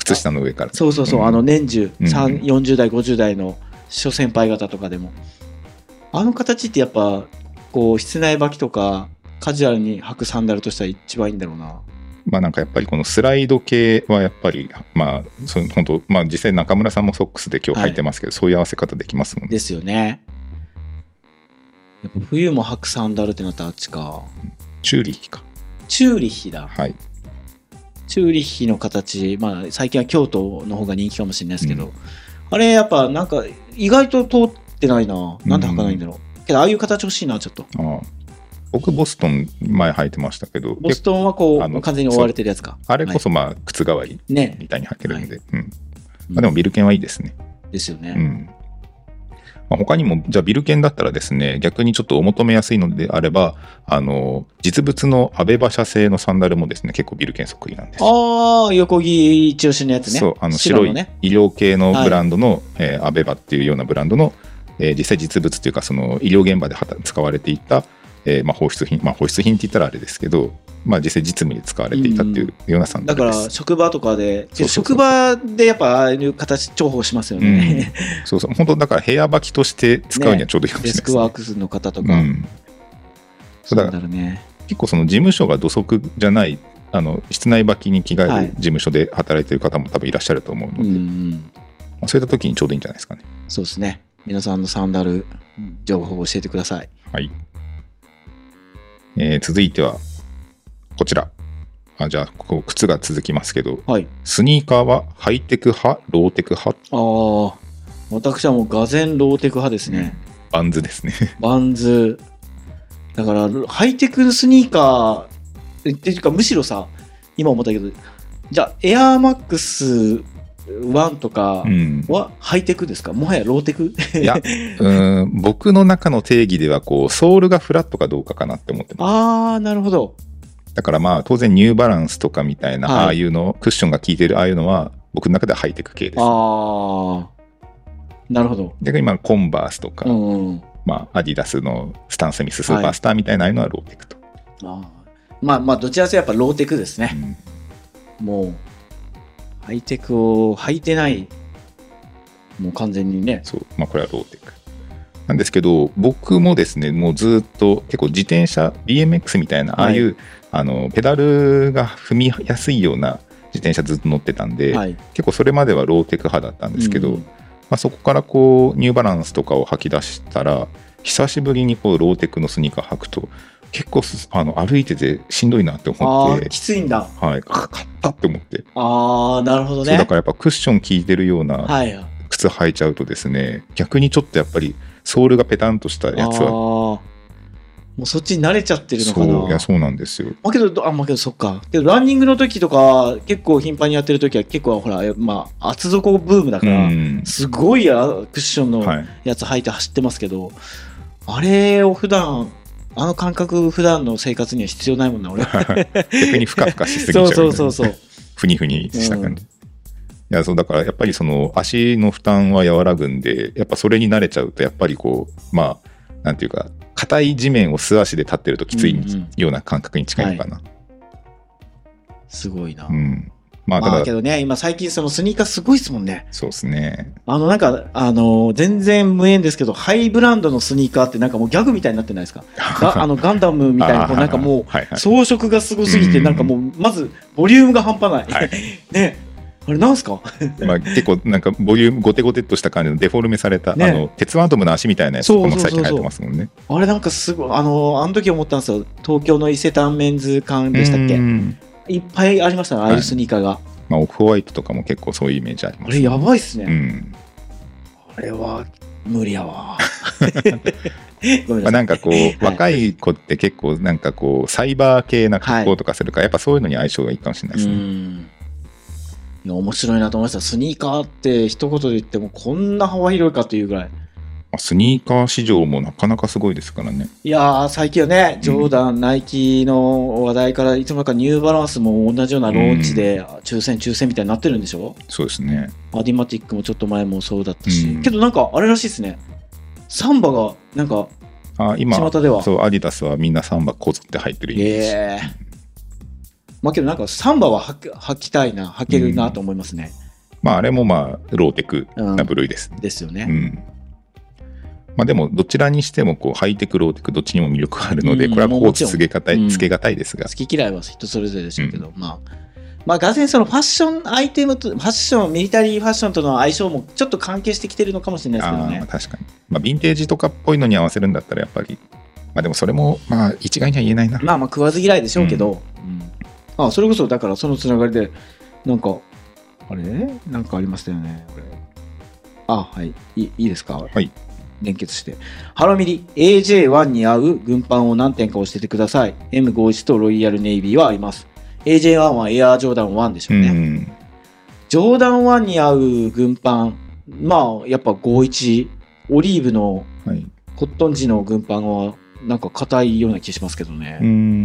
靴下の上から。 そうそうそう、うん、あの年中、うん、よんじゅう代ごじゅう代の諸先輩方とかでもあの形ってやっぱこう室内履きとかカジュアルに履くサンダルとしては一番いいんだろうな。 まあなんかやっぱりこのスライド系はやっぱりまあその本当まあ実際中村さんもソックスで今日履いてますけど、はい、そういう合わせ方できますもんね。 ですよね。やっぱ冬も履くサンダルってなったらあっちか。 チューリッヒか。 チューリッヒだ。 はい。 チューリッヒの形、まあ最近は京都の方が人気かもしれないですけど、うん、あれやっぱなんか意外と通ってないな。なんで履かないんだろう。うん、けどああいう形欲しいなちょっと。 ああ、僕ボストン前履いてましたけど、 ボストンはこう完全に覆われてるやつか。 あれこそまあ靴代わりみたいに履けるんで、ね、うん。まあ、でもビルケンはいいですね。 ですよね。 うん。まあ、他にもじゃあビルケンだったらですね、逆にちょっとお求めやすいのであれば、あの実物のアベ馬車製のサンダルもですね結構ビルケンそっくりなんです。 ああ、横木一押しのやつね。 そう、あの白い医療系のブランドの、はい、えー、アベ馬っていうようなブランドの、えー、実際実物というかその医療現場で使われていた、えーまあ、放出品、まあ、放出品って言ったらあれですけど、まあ、実際実務に使われていたっていうようなサンダルです。 だから職場とかで、そうそうそう、職場でやっぱああいう形重宝しますよね、 うん、そうそう、本当だから部屋履きとして使うにはちょうどいいかもしれないですね。 デスクワークスの方とか、うん、そうだろうね。 結構その事務所が土足じゃないあの室内履きに着替える事務所で働いている方も多分いらっしゃると思うので、はい、うん、まあ、そういった時にちょうどいいんじゃないですかね。 そうですね。皆さんのサンダル情報を教えてください。 はい。えー、続いてはこちら。あ、じゃあここ靴が続きますけど、はい、スニーカーはハイテク派ローテク派？ああ、私はもうがぜんローテク派ですね。 バンズですね。バンズだからハイテクスニーカーっていうか、むしろさ今思ったけど、じゃあエアーマックスワンとかはハイテクですか、うん、もはやローテク？ いや、うーん、僕の中の定義ではこうソールがフラットかどうかかなって思ってます。 ああ、なるほど。 だからまあ当然ニューバランスとかみたいな、はい、ああいうのクッションが効いてるああいうのは僕の中ではハイテク系です。 ああ、なるほど。 逆に今コンバースとか、うんうん、まあアディダスのスタン・スミススーパースターみたいなのはローテクと。 はい、あまあまあどちらせやっぱローテクですね。うん、もうハイテクを履いてないもう完全にね。 そう、まあこれはローテクなんですけど、僕もですねもうずっと結構自転車 ビーエムエックス みたいな、はい、ああいうあのペダルが踏みやすいような自転車ずっと乗ってたんで、はい、結構それまではローテク派だったんですけど、うん、まあ、そこからこうニューバランスとかを履き出したら久しぶりにこうローテクのスニーカー履くと結構あの歩いててしんどいなって思って。 あ、きついんだ。 はい、買ったって思って。 ああ、なるほどね。 そうだからやっぱクッション効いてるような靴履いちゃうとですね、はい、逆にちょっとやっぱりソールがペタンとしたやつはもうそっちに慣れちゃってるのかな。 そう、いやそうなんですよ。 まあけど、あ、まあけどそっか。けどランニングの時とか結構頻繁にやってる時は結構ほら、まあ厚底ブームだから、すごいクッションのやつ履いて走ってますけど、はい、あれを普段あの感覚普段の生活には必要ないもんな俺。 逆にふかふかしすぎちゃう、ね。 そうそうそうそう。 ふにふにした感じ。うん、いやそうだからやっぱりその足の負担は和らぐんで、やっぱそれに慣れちゃうとやっぱりこうまあなんていうか。硬い地面を素足で立ってるときついような感覚に近いのかな。うんうん、はい、 すごいな。 うん、まあだけどね、今最近そのスニーカーすごいですもんね。 そうですね。 あのなんかあの全然無縁ですけど、ハイブランドのスニーカーってなんかもうギャグみたいになってないですか？あのガンダムみたいなこうなんかもう装飾がすごすぎて、なんかもうまずボリュームが半端ない。はい、ね。あれなんすか？ まあ結構なんかボリュームゴテゴテっとした感じのデフォルメされた、ね、あの鉄腕アトムの足みたいなやつとかも最近流行ってますもんね。 あれなんかすごいあのあの時思ったんですよ。東京の伊勢丹メンズ館でしたっけ？いっぱいありましたね、ああいうスニーカーが。はい、 まあオフホワイトとかも結構そういうイメージあります、ね。 あれやばいっすね。 うん、 あれは無理やわ。 まあなんかこう、はい、若い子って結構なんかこうサイバー系な格好とかするから、はい、やっぱそういうのに相性がいいかもしれないですね。うん、 面白いなと思いました。スニーカーって一言で言ってもこんな幅広いかというぐらい。 スニーカー市場もなかなかすごいですからね。 いやー最近はね、ジョーダン、うん、ナイキの話題からいつもかニューバランスも同じようなローンチで抽選抽選みたいになってるんでしょ。 そうですね。 アディマティックもちょっと前もそうだったし、うん、けどなんかあれらしいですね。サンバがなんかあ今巷ではそうアディダスはみんなサンバこぞって入ってるイメージ。 えーまあけどなんかサンバは履きたいな、履けるなと思いますね。 うん、まああれもまあローテクな部類です、 うん、ですよね。 うん、まあでもどちらにしてもこうハイテクローテクどっちにも魅力があるので、これはこうつけがたい、つけがたいですが、 好き嫌いは人それぞれでしょうけど、うん、まあまあ、がぜんそのファッションアイテムとファッションミリタリーファッションとの相性もちょっと関係してきてるのかもしれないですけどね。 あ、確かに、まあ、ヴィンテージとかっぽいのに合わせるんだったらやっぱり、まあ、でもそれもまあ一概には言えないな。 まあまあ食わず嫌いでしょうけど、うんうん、あそれこそだからそのつながりでなんかあれなんかありましたよねこれ。あはい い, いいですか。 はい、 連結してハロミリ エージェーワン に合う軍パンを何点か教えてください。 エムごじゅういち とロイヤルネイビーはあります。エージェーワン はエアージョーダンワンでしょうね、うん、ジョーダンワンに合う軍パン、まあやっぱごじゅういちオリーブのコットン地の軍パンはなんか硬いような気しますけどね。 うん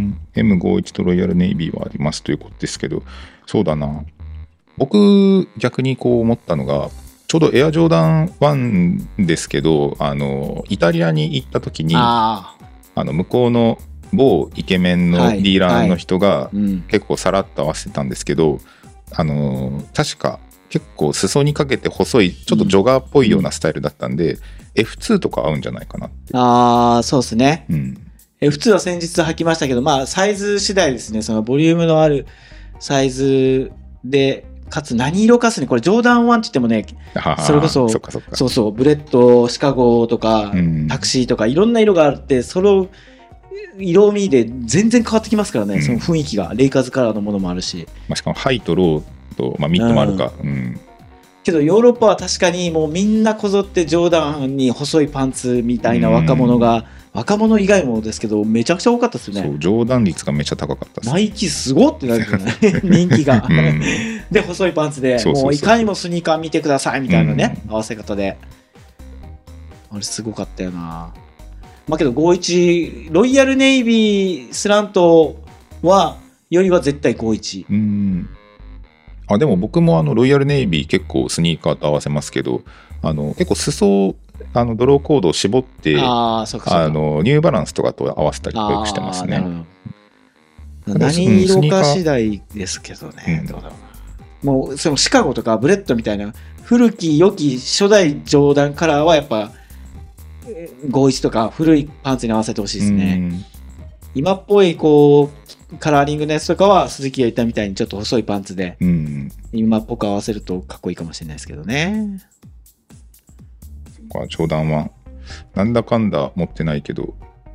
エムごじゅういち とロイヤルネイビーはありますということですけど、そうだな、僕逆にこう思ったのがちょうどエアジョーダンワンですけど、あのイタリアに行った時に あ, あの向こうの某イケメンのディーラーの人が結構さらっと合わせてたんですけど、はいはい、あの確か結構裾にかけて細いちょっとジョガーっぽいようなスタイルだったんで、うん、エフツー とか合うんじゃないかなって。 ああそうですね、うん、エフツー は先日履きましたけど、まあサイズ次第ですね。そのボリュームのあるサイズでかつ何色かすね、これジョーダンワンって言ってもね、それこそ、そっかそっか、そうそう、ブレッド、シカゴとか、うん、タクシーとかいろんな色があって、その色味で全然変わってきますからね、うん、その雰囲気がレイカーズカラーのものもあるし、 まあ、しかもハイとローと、まあ、ミッドもあるか、うんうん、 けどヨーロッパは確かにもうみんなこぞってジョーダンに細いパンツみたいな若者が、うん、若者以外もですけどめちゃくちゃ多かったですよね。 そう、ジョーダン率がめちゃ高かったです。 ナイキすごってなるよね人気が、うん、で細いパンツでもういかにもスニーカー見てくださいみたいなね、うん、合わせ方であれすごかったよな。まあけどごじゅういちロイヤルネイビースラントはよりは絶対ごじゅういち。 うん、あでも僕もあのロイヤルネイビー結構スニーカーと合わせますけど、あの結構裾あのドローコードを絞ってあそうかそうかあのニューバランスとかと合わせたりとかよくしてますね。 何色か次第ですけどね、うん、どうだろうな。もうそのシカゴとかブレッドみたいな古き良き初代ジョーダンカラーはやっぱごじゅういちとか古いパンツに合わせてほしいですね、うん、今っぽいこうカラーリングのやつとかは鈴木が言ったみたいにちょっと細いパンツで、うん、今っぽく合わせるとかっこいいかもしれないですけどね。 ジョーダンワンなんだかんだ持ってないけど、うん、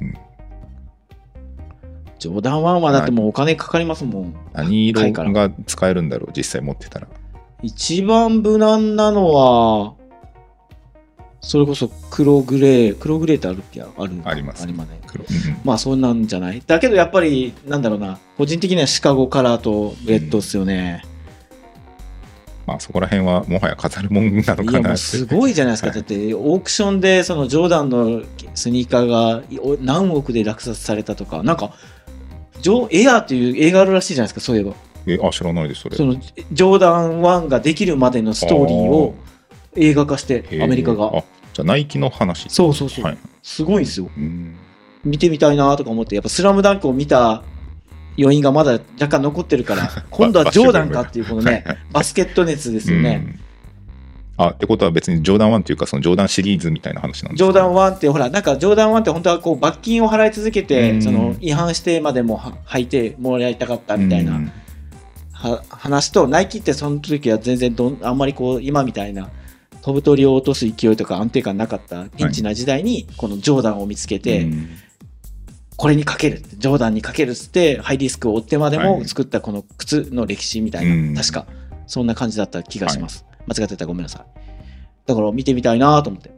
ジョーダンワンはだってもうお金かかりますもん。 何色が使えるんだろう実際持ってたら。 一番無難なのはそれこそ黒グレー黒グレーってあるっけあるあります。 ありますね。黒、うん、まあそんなんじゃない。だけどやっぱりなんだろうな、個人的にはシカゴカラーとブレッドっすよね、うん、 まあそこら辺はもはや飾るもんなのかなって。いやもうすごいじゃないですか、はい、だってオークションでそのジョーダンのスニーカーが何億で落札されたとか、なんかジョエアーっていう映画あるらしいじゃないですか。そういえばえあ知らないですそれ。 そのジョーダンワンができるまでのストーリーを映画化してアメリカが。 あじゃあナイキの話。 そうそうそう、はい、すごいんですよ。うん見てみたいなとか思って、やっぱスラムダンクを見た余韻がまだ若干残ってるから今度はジョーダンかっていうこのねバスケット熱ですよね。 うん、あってことは別にジョーダンワンっていうかそのジョーダンシリーズみたいな話なんですか。 ジョーダンワンってほらなんかジョーダンワンって本当はこう罰金を払い続けてその違反してまでも履いてもらいたかったみたいなは話と、ナイキってその時は全然どんあんまりこう今みたいな飛ぶ鳥を落とす勢いとか安定感なかったピンチな時代にこのジョーダンを見つけて、はい、これにかけるジョーダンにかけるっつってハイリスクを負ってまでも作ったこの靴の歴史みたいな、はい、確かそんな感じだった気がします、はい、間違ってたらごめんなさい。だから見てみたいなと思って。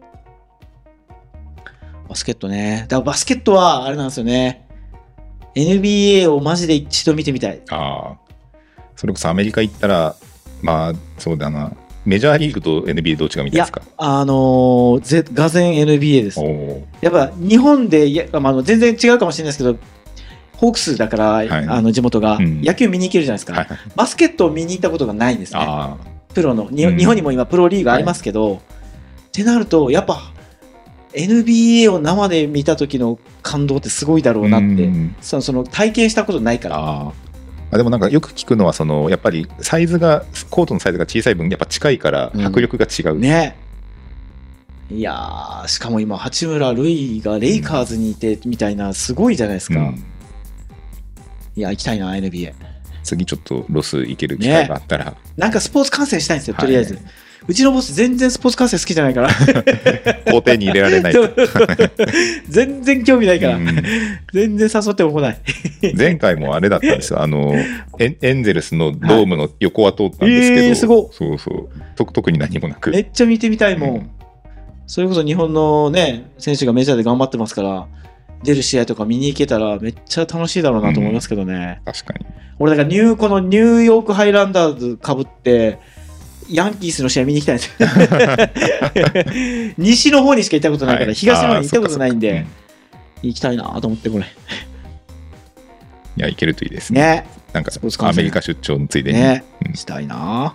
バスケットね。だからバスケットはあれなんですよね、 エヌビーエー をマジで一度見てみたい。 ああそれこそアメリカ行ったらまあそうだな、メジャーリーグと エヌビーエー どっちが見たいですか。いやあのー、ぜがぜん エヌビーエー です。やっぱ日本でや、まあ、全然違うかもしれないですけどホークスだから、はい、あの地元が、うん、野球見に行けるじゃないですか、はい、バスケットを見に行ったことがないんですね。あプロの、うん、日本にも今プロリーグありますけど、はい、ってなるとやっぱ エヌビーエー を生で見た時の感動ってすごいだろうなって、うん、その、その体験したことないから。ああでもなんかよく聞くのはそのやっぱりサイズがコートのサイズが小さい分やっぱ近いから迫力が違う、 うん、ね。いやーしかも今八村塁がレイカーズにいてみたいなすごいじゃないですか、うん、いや行きたいな エヌビーエー。 次ちょっとロス行ける機会があったら、ね、 なんかスポーツ観戦したいんですよとりあえず、はい、うちのボス全然スポーツ観戦好きじゃないから校庭に入れられない全然興味ないから、うん、全然誘っても来ない前回もあれだったんですよあの エ, エンゼルスのドームの横は通ったんですけど、はい、えー、すごそうそう特に何もなくめっちゃ見てみたいもん、うん、それこそ日本のね選手がメジャーで頑張ってますから出る試合とか見に行けたらめっちゃ楽しいだろうなと思いますけどね、 うん、確かに俺だからニューこのニューヨークハイランダーズかぶってヤンキースの試合見に行きたいんですよ西の方にしか行ったことないから、はい、東の方に行ったことないんで、うん、行きたいなと思ってこれいや行けるといいですね。ねなんかアメリカ出張のついでに、 ねうん、したいな、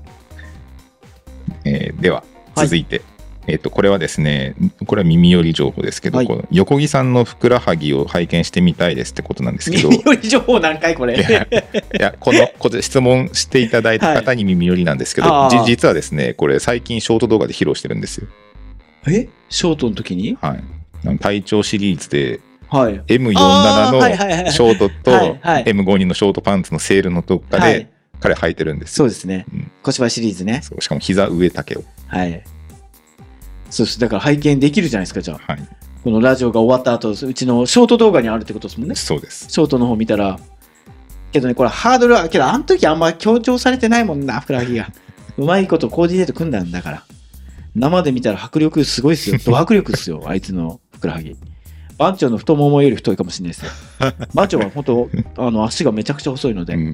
えー、では続いて、はいえー、とこれはですねこれは耳寄り情報ですけど、はい、この横木さんのふくらはぎを拝見してみたいですってことなんですけど耳寄り情報何回これいや、いやこのこの質問していただいた方に耳寄りなんですけど、はい、じ実はですねこれ最近ショート動画で披露してるんですよ。 えショートの時に、 はい、体調シリーズで、はい、エムよんじゅうなな のショートと エムごじゅうに のショートパンツのセールのどっかで、はい、彼履いてるんですよ。 そうですね、うん、小芝シリーズね。 そうしかも膝上丈をはいそうです。だから拝見できるじゃないですかじゃあ、はい、このラジオが終わった後うちのショート動画にあるってことですもんね。 そうです。 ショートの方見たらけどねこれハードルはけどあの時あんま強調されてないもんなふくらはぎがうまいことコーディネート組んだんだから生で見たら迫力すごいですよド迫力ですよあいつのふくらはぎ番長の太ももより太いかもしれないですよ番長は本当あの足がめちゃくちゃ細いので、うん、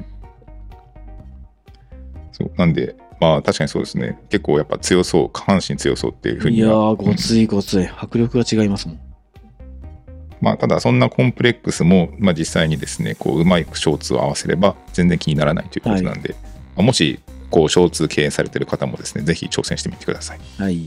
そうなんでまあ確かにそうですね結構やっぱ強そう下半身強そうっていうふうにいやーごついごつい、うん、迫力が違いますもん。 まあただそんなコンプレックスも、まあ、実際にですねこううまいショーツを合わせれば全然気にならないということなんで、はい、もしこうショーツ経営されてる方もですねぜひ挑戦してみてください。 はい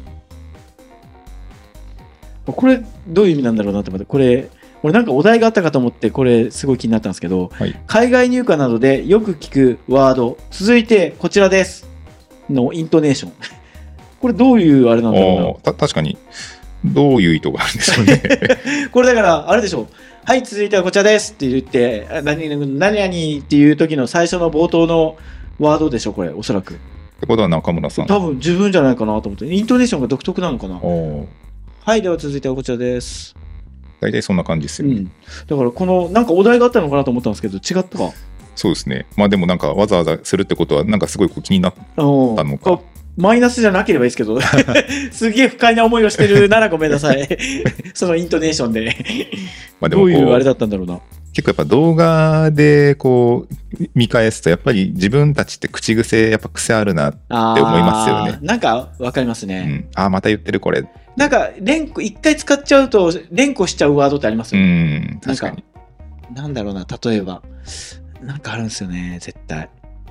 これどういう意味なんだろうなと思ってこれ俺なんかお題があったかと思ってこれすごい気になったんですけど、はい、海外入荷などでよく聞くワード続いてこちらですのイントネーションこれどういうあれなんだろうな。 た確かにどういう意図があるんでしょうねこれだからあれでしょうはい続いてはこちらですって言って何々何々っていう時の最初の冒頭のワードでしょこれおそらく。 ってことは中村さん多分自分じゃないかなと思ってイントネーションが独特なのかな。はいでは続いてはこちらです。 大体そんな感じですよね、うん、 だからこのなんかお題があったのかなと思ったんですけど違ったか。 そうですねまあでもなんかわざわざするってことはなんかすごい気になったのかマイナスじゃなければいいですけどすげえ不快な思いをしてるならごめんなさいそのイントネーションでまあでもどういうあれだったんだろうな。 結構やっぱ動画でこう見返すとやっぱり自分たちって口癖やっぱ癖あるなって思いますよね。 なんかわかりますね、 うん、あまた言ってるこれなんか連呼一回使っちゃうと連呼しちゃうワードってありますよね。うん確かになんかなんだろうな例えばなんかあるんですよね絶対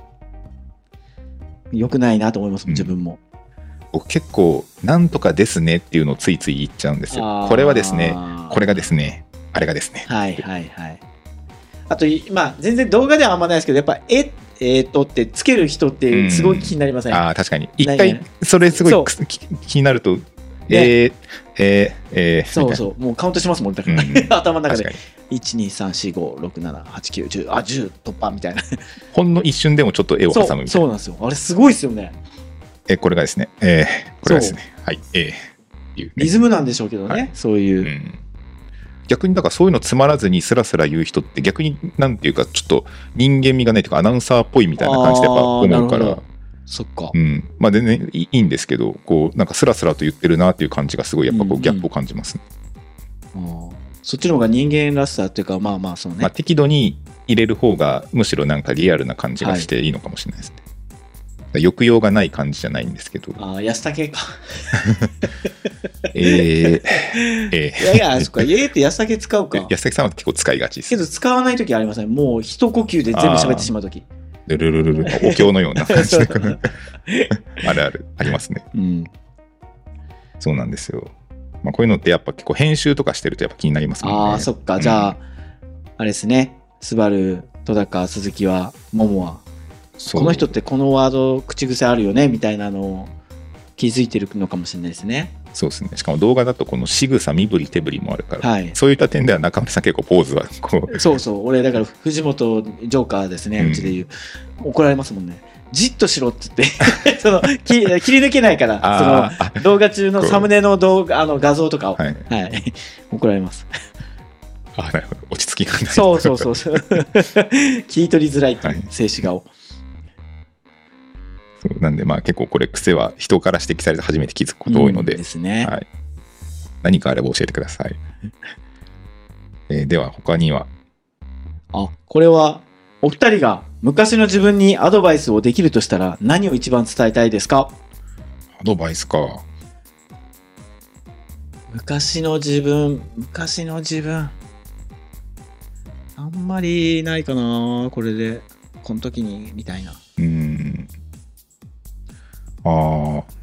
良くないなと思います、うん、自分も。 僕結構なんとかですねっていうのをついつい言っちゃうんですよ。これはですねこれがですねあれがですねはいはいはいあとまあ全然動画ではあんまないですけどやっぱええー、とってつける人ってすごい気になりません、うん、 あ確かに一回それすごい気になるとえー、えー、えー、 そうそうもうカウントしますもんだから、うん、頭の中でいちにさんしごろくななはちきゅうじゅうあじゅう突破みたいなほんの一瞬でもちょっと絵を挟むみたいな。 そうなんですよあれすごいですよね。 えこれがですね、えー、これがですねはいえー、いうね、 リズムなんでしょうけどね、はい、そういう、うん、 逆にだからそういうのつまらずにスラスラ言う人って逆になんていうかちょっと人間味がないというかアナウンサーっぽいみたいな感じでやっぱ思うからそっか、 うん、まあ全然いいんですけどこうなんかスラスラと言ってるなっていう感じがすごいやっぱこうギャップを感じますね、 うんうん、そっちの方が人間らしさっていうかまあまあそうね、まあ、 適度に入れる方がむしろなんかリアルな感じがしていいのかもしれないですね、はい、抑揚がない感じじゃないんですけどああ安武かえー、 えー、いやいやそっかえーって安武使うか安武さんは結構使いがちですけど使わない時ありません、ね、もう一呼吸で全部喋ってしまう時ルルルルルお経のような感じであるあるありますね、うん、そうなんですよ、まあ、こういうのってやっぱ結構編集とかしてるとやっぱ気になりますもんね。 ああそっかじゃあ、うん、あれですねスバル戸高、鈴木は、桃はこの人ってこのワード口癖あるよねみたいなのを気づいてるのかもしれないですね。 そうですね。しかも動画だとこの仕草身振り手振りもあるから、はい、そういった点では中村さん結構ポーズはこうそうそう俺だから藤本ジョーカーですね、うん、うちで言う怒られますもんね。じっとしろって言ってその切り抜けないからその動画中のサムネの動画あの画像とかを、はいはい、怒られます。 あなるほど落ち着きがない。 そうそうそうそう聞い取りづらいっていう、はい、静止画をそうなんでまあ結構これ癖は人から指摘されて初めて気づくこと多いので、 うんですねはい、何かあれば教えてください、えー、では他にはあこれはお二人が昔の自分にアドバイスをできるとしたら何を一番伝えたいですか？ アドバイスか昔の自分昔の自分あんまりないかなこれでこの時にみたいなうーんああ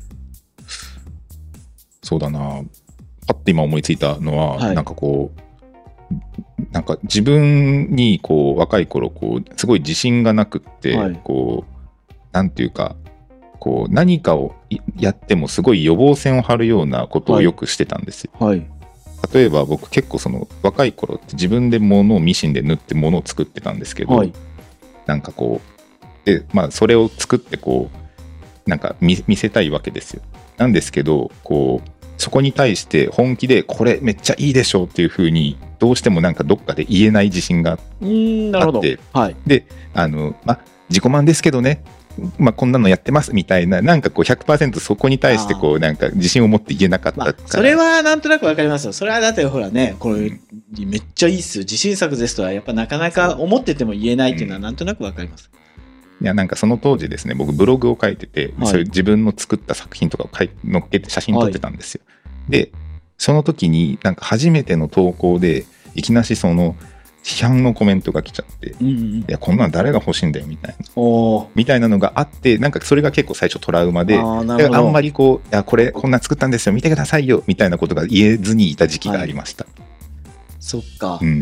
そうだなパッて今思いついたのは、はい、なんかこうなんか自分にこう若い頃こうすごい自信がなくって、はい、こうなんていうかこう何かをやってもすごい予防線を張るようなことをよくしてたんですよ、はいはい、例えば僕結構その若い頃って自分で物をミシンで縫って物を作ってたんですけど、はい、なんかこうでまあそれを作ってこうなんか 見, 見せたいわけですよ。なんですけどこうそこに対して本気でこれめっちゃいいでしょっていう風にどうしてもなんかどっかで言えない自信があってうんなるほど、はい、 であの、ま、自己満ですけどね、まあ、こんなのやってますみたいななんかこう ひゃくパーセント そこに対してこうなんか自信を持って言えなかったから、まあ、 それはなんとなくわかりますよ。それはだってほらねこれめっちゃいいっすよ自信作ですとはやっぱなかなか思ってても言えないっていうのはなんとなくわかります、 うん、いやなんかその当時ですね僕ブログを書いてて、はい、そういう自分の作った作品とかを書い載っけて写真撮ってたんですよ、はい、でその時になんか初めての投稿でいきなしその批判のコメントが来ちゃって、うんうん、いやこんなの誰が欲しいんだよみたいなみたいなのがあってなんかそれが結構最初トラウマで あ, あんまりこういやこれこんな作ったんですよ見てくださいよみたいなことが言えずにいた時期がありました、はい、 そっか、 うん、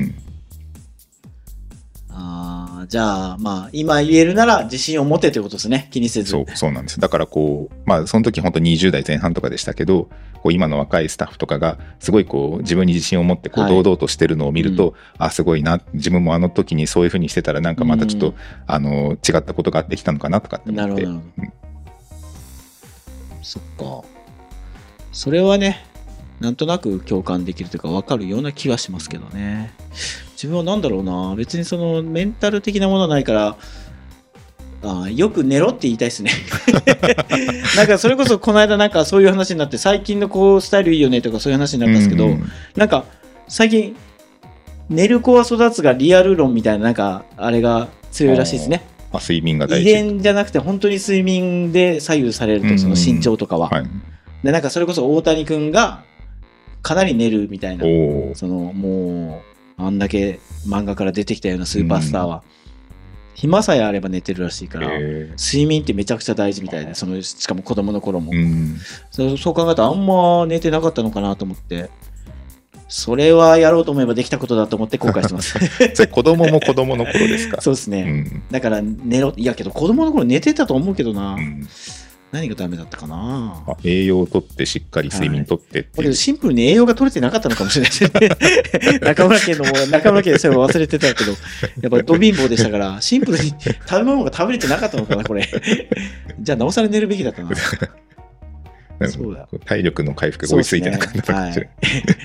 あじゃあまあ今言えるなら自信を持てということですね気にせず。 そうそうなんです。だからこうまあその時本当にじゅう代前半とかでしたけどこう今の若いスタッフとかがすごいこう自分に自信を持ってこう堂々としてるのを見ると、はい、あすごいな自分もあの時にそういう風にしてたらなんかまたちょっと、うん、あの違ったことがあってきたのかなとかって思って。なるほど、うん、 そっかそれはねなんとなく共感できるというか分かるような気はしますけどね。自分はなんだろうな別にそのメンタル的なものはないからあよく寝ろって言いたいですねなんかそれこそこの間なんかそういう話になって最近のこうスタイルいいよねとかそういう話になったんですけど、うんうん、なんか最近寝る子は育つがリアル論みたいななんかあれが強いらしいですね。 あ睡眠が大事遺伝じゃなくて本当に睡眠で左右されるとその身長とかは、うんうんはい、でなんかそれこそ大谷君がかなり寝るみたいなそのもうあんだけ漫画から出てきたようなスーパースターは、うん、暇さえあれば寝てるらしいから、えー、睡眠ってめちゃくちゃ大事みたいでそのしかも子供の頃も、うん、そう、そう考えたらあんま寝てなかったのかなと思ってそれはやろうと思えばできたことだと思って後悔してますそれ子供も子供の頃ですか？ そうですね、うん、だから寝ろいやけど子供の頃寝てたと思うけどな、うん何がダメだったかなあ栄養をとってしっかり睡眠とってっていう、 はい、シンプルに栄養が取れてなかったのかもしれないですね中村家のも中村家でそういえば忘れてたけどやっぱりド貧乏でしたからシンプルに食べ物が食べれてなかったのかなこれじゃあなおさら寝るべきだったなそうだ体力の回復が追いついてなかったかもしれない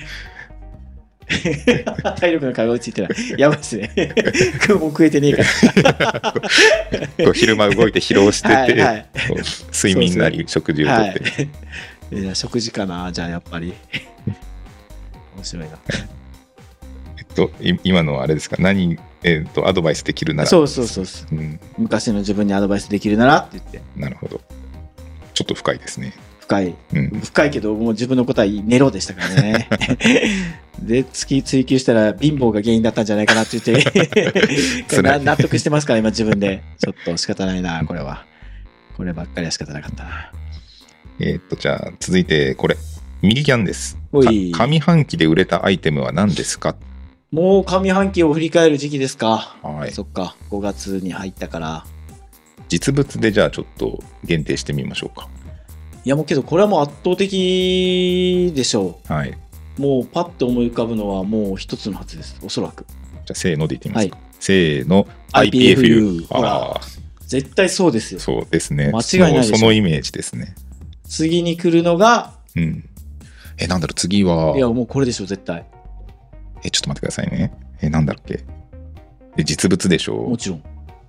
体力の回復が追いついてないやばいですねもう食えてねえからこう昼間動いて疲労しててはい、はい、睡眠なり食事をとって、 はい、いや食事かなじゃあやっぱり面白いなえっと今のあれですか何、えー、とアドバイスできるならそうそうそうそう、うん、昔の自分にアドバイスできるならって言ってなるほどちょっと深いですね深い、うん、深いけどもう自分の答え寝ろでしたからねで追求したら貧乏が原因だったんじゃないかなって言って納得してますから今自分でちょっと仕方ないなこれはこればっかりは仕方なかったな。 えー、っとじゃあ続いてこれミリギャンです。上半期で売れたアイテムは何ですか？ もう上半期を振り返る時期ですか。 はい。 そっか、ごがつに入ったから。 実物でじゃあちょっと限定してみましょうか。 いやもうけどこれはもう圧倒的でしょう。はい。 もうパッと思い浮かぶのはもう一つのはずです、おそらく。 じゃあせーので言ってみますか。はい、せーの アイピーエフユー。 ほら、絶対そうですよ。 そうですね。 間違いないでしょ。 そのイメージですね。 次に来るのが、 うん。え、なんだろう、次は。 いやもうこれでしょ絶対。 え、ちょっと待ってくださいね。え、なんだっけ。え、実物でしょ。 もちろん。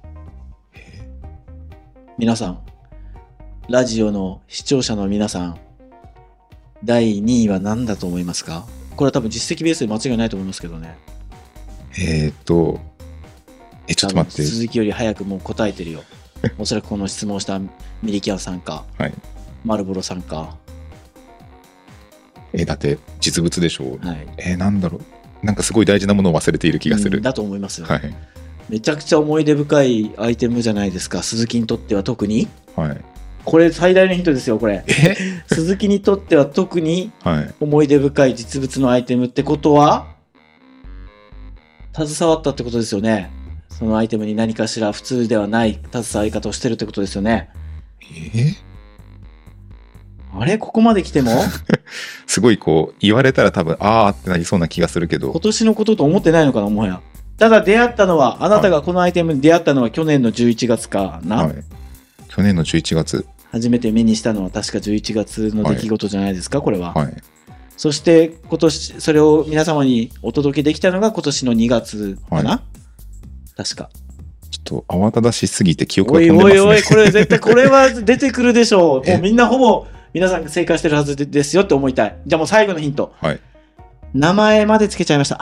皆さん、ラジオの視聴者の皆さん、だいにいは何だと思いますか？これは多分実績ベースで間違いないと思いますけどね。 えーと、え、ちょっと待って。 鈴木より早くもう答えてるよ。おそらくこの質問したミリキャンさんか、 はい、 マルボロさんか。 え、だって実物でしょ。 はい、 えー、なんだろう。なんかすごい大事なものを忘れている気がする。 うん、だと思いますよ。 はい。 めちゃくちゃ思い出深いアイテムじゃないですか、鈴木にとっては特に。 はい。 これ最大のヒントですよ、これ。鈴木にとっては特に思い出深い実物のアイテムってことは、携わったってことですよね。そのアイテムに何かしら普通ではない携わり方をしてるってことですよね。 えあれここまで来てもすごいこう言われたら多分あーってなりそうな気がするけど、 今年のことと思ってないのかな、もはや。ただ出会ったのは、あなたがこのアイテムに出会ったのは去年のじゅういちがつかな、はい、 去年のじゅういちがつ初めて目にしたのは確かじゅういちがつの出来事じゃないですか、はい、これは、 はい、 そして今年それを皆様にお届けできたのが今年のにがつかな、はい、確か。 ちょっと慌ただしすぎて記憶が飛んでますね。 おいおいおい、これ絶対これは出てくるでしょう。もうみんなほぼ皆さん正解してるはずですよって思いたい。じゃあもう最後のヒント、 はい、 名前までつけちゃいました。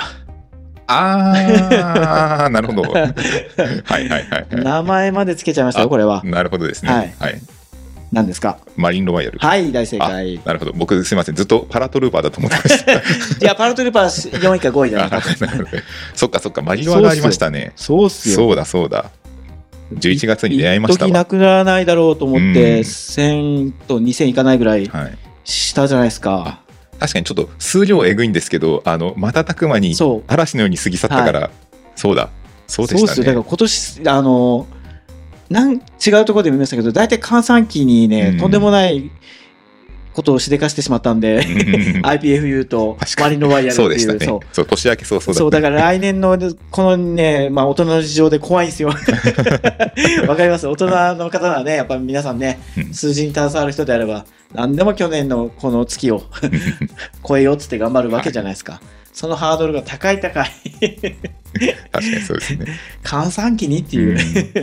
あーなるほどはいはいはい、はい、 名前までつけちゃいましたよ、これは。 なるほどですね。はい、はい、 何ですか？ マリンロワイヤル。 はい、大正解。 なるほど、僕すいません、ずっとパラトルーパーだと思ってました。いや、パラトルーパーよんいかごいだな。 そっかそっか、マリンロワがありましたね。 そうっすよ。 そうだそうだ、じゅういちがつに出会いましたわ。 一時なくならないだろうと思って、せんとにせんいかないぐらいしたじゃないですか。はい、 確かにちょっと数量えぐいんですけど、あの瞬く間に嵐のように過ぎ去ったから、はい、そうだそうでしたね。そうですよ。だから今年あのなん違うところで見ましたけど、大体閑散期にね、うん、とんでもないことをしでかしてしまったんでアイピーエフユー とマリンロワイヤルっていう、 そうでしたね。そう、そう年明け早々だった。 そうだから来年のこのね、まあ、大人の事情で怖いんですよわかります。大人の方はね、やっぱり皆さんね、うん、数字に携わる人であれば何でも去年のこの月を超えようっつって頑張るわけじゃないですか、はい、そのハードルが高い高い確かにそうですね。 閑散期にっていう、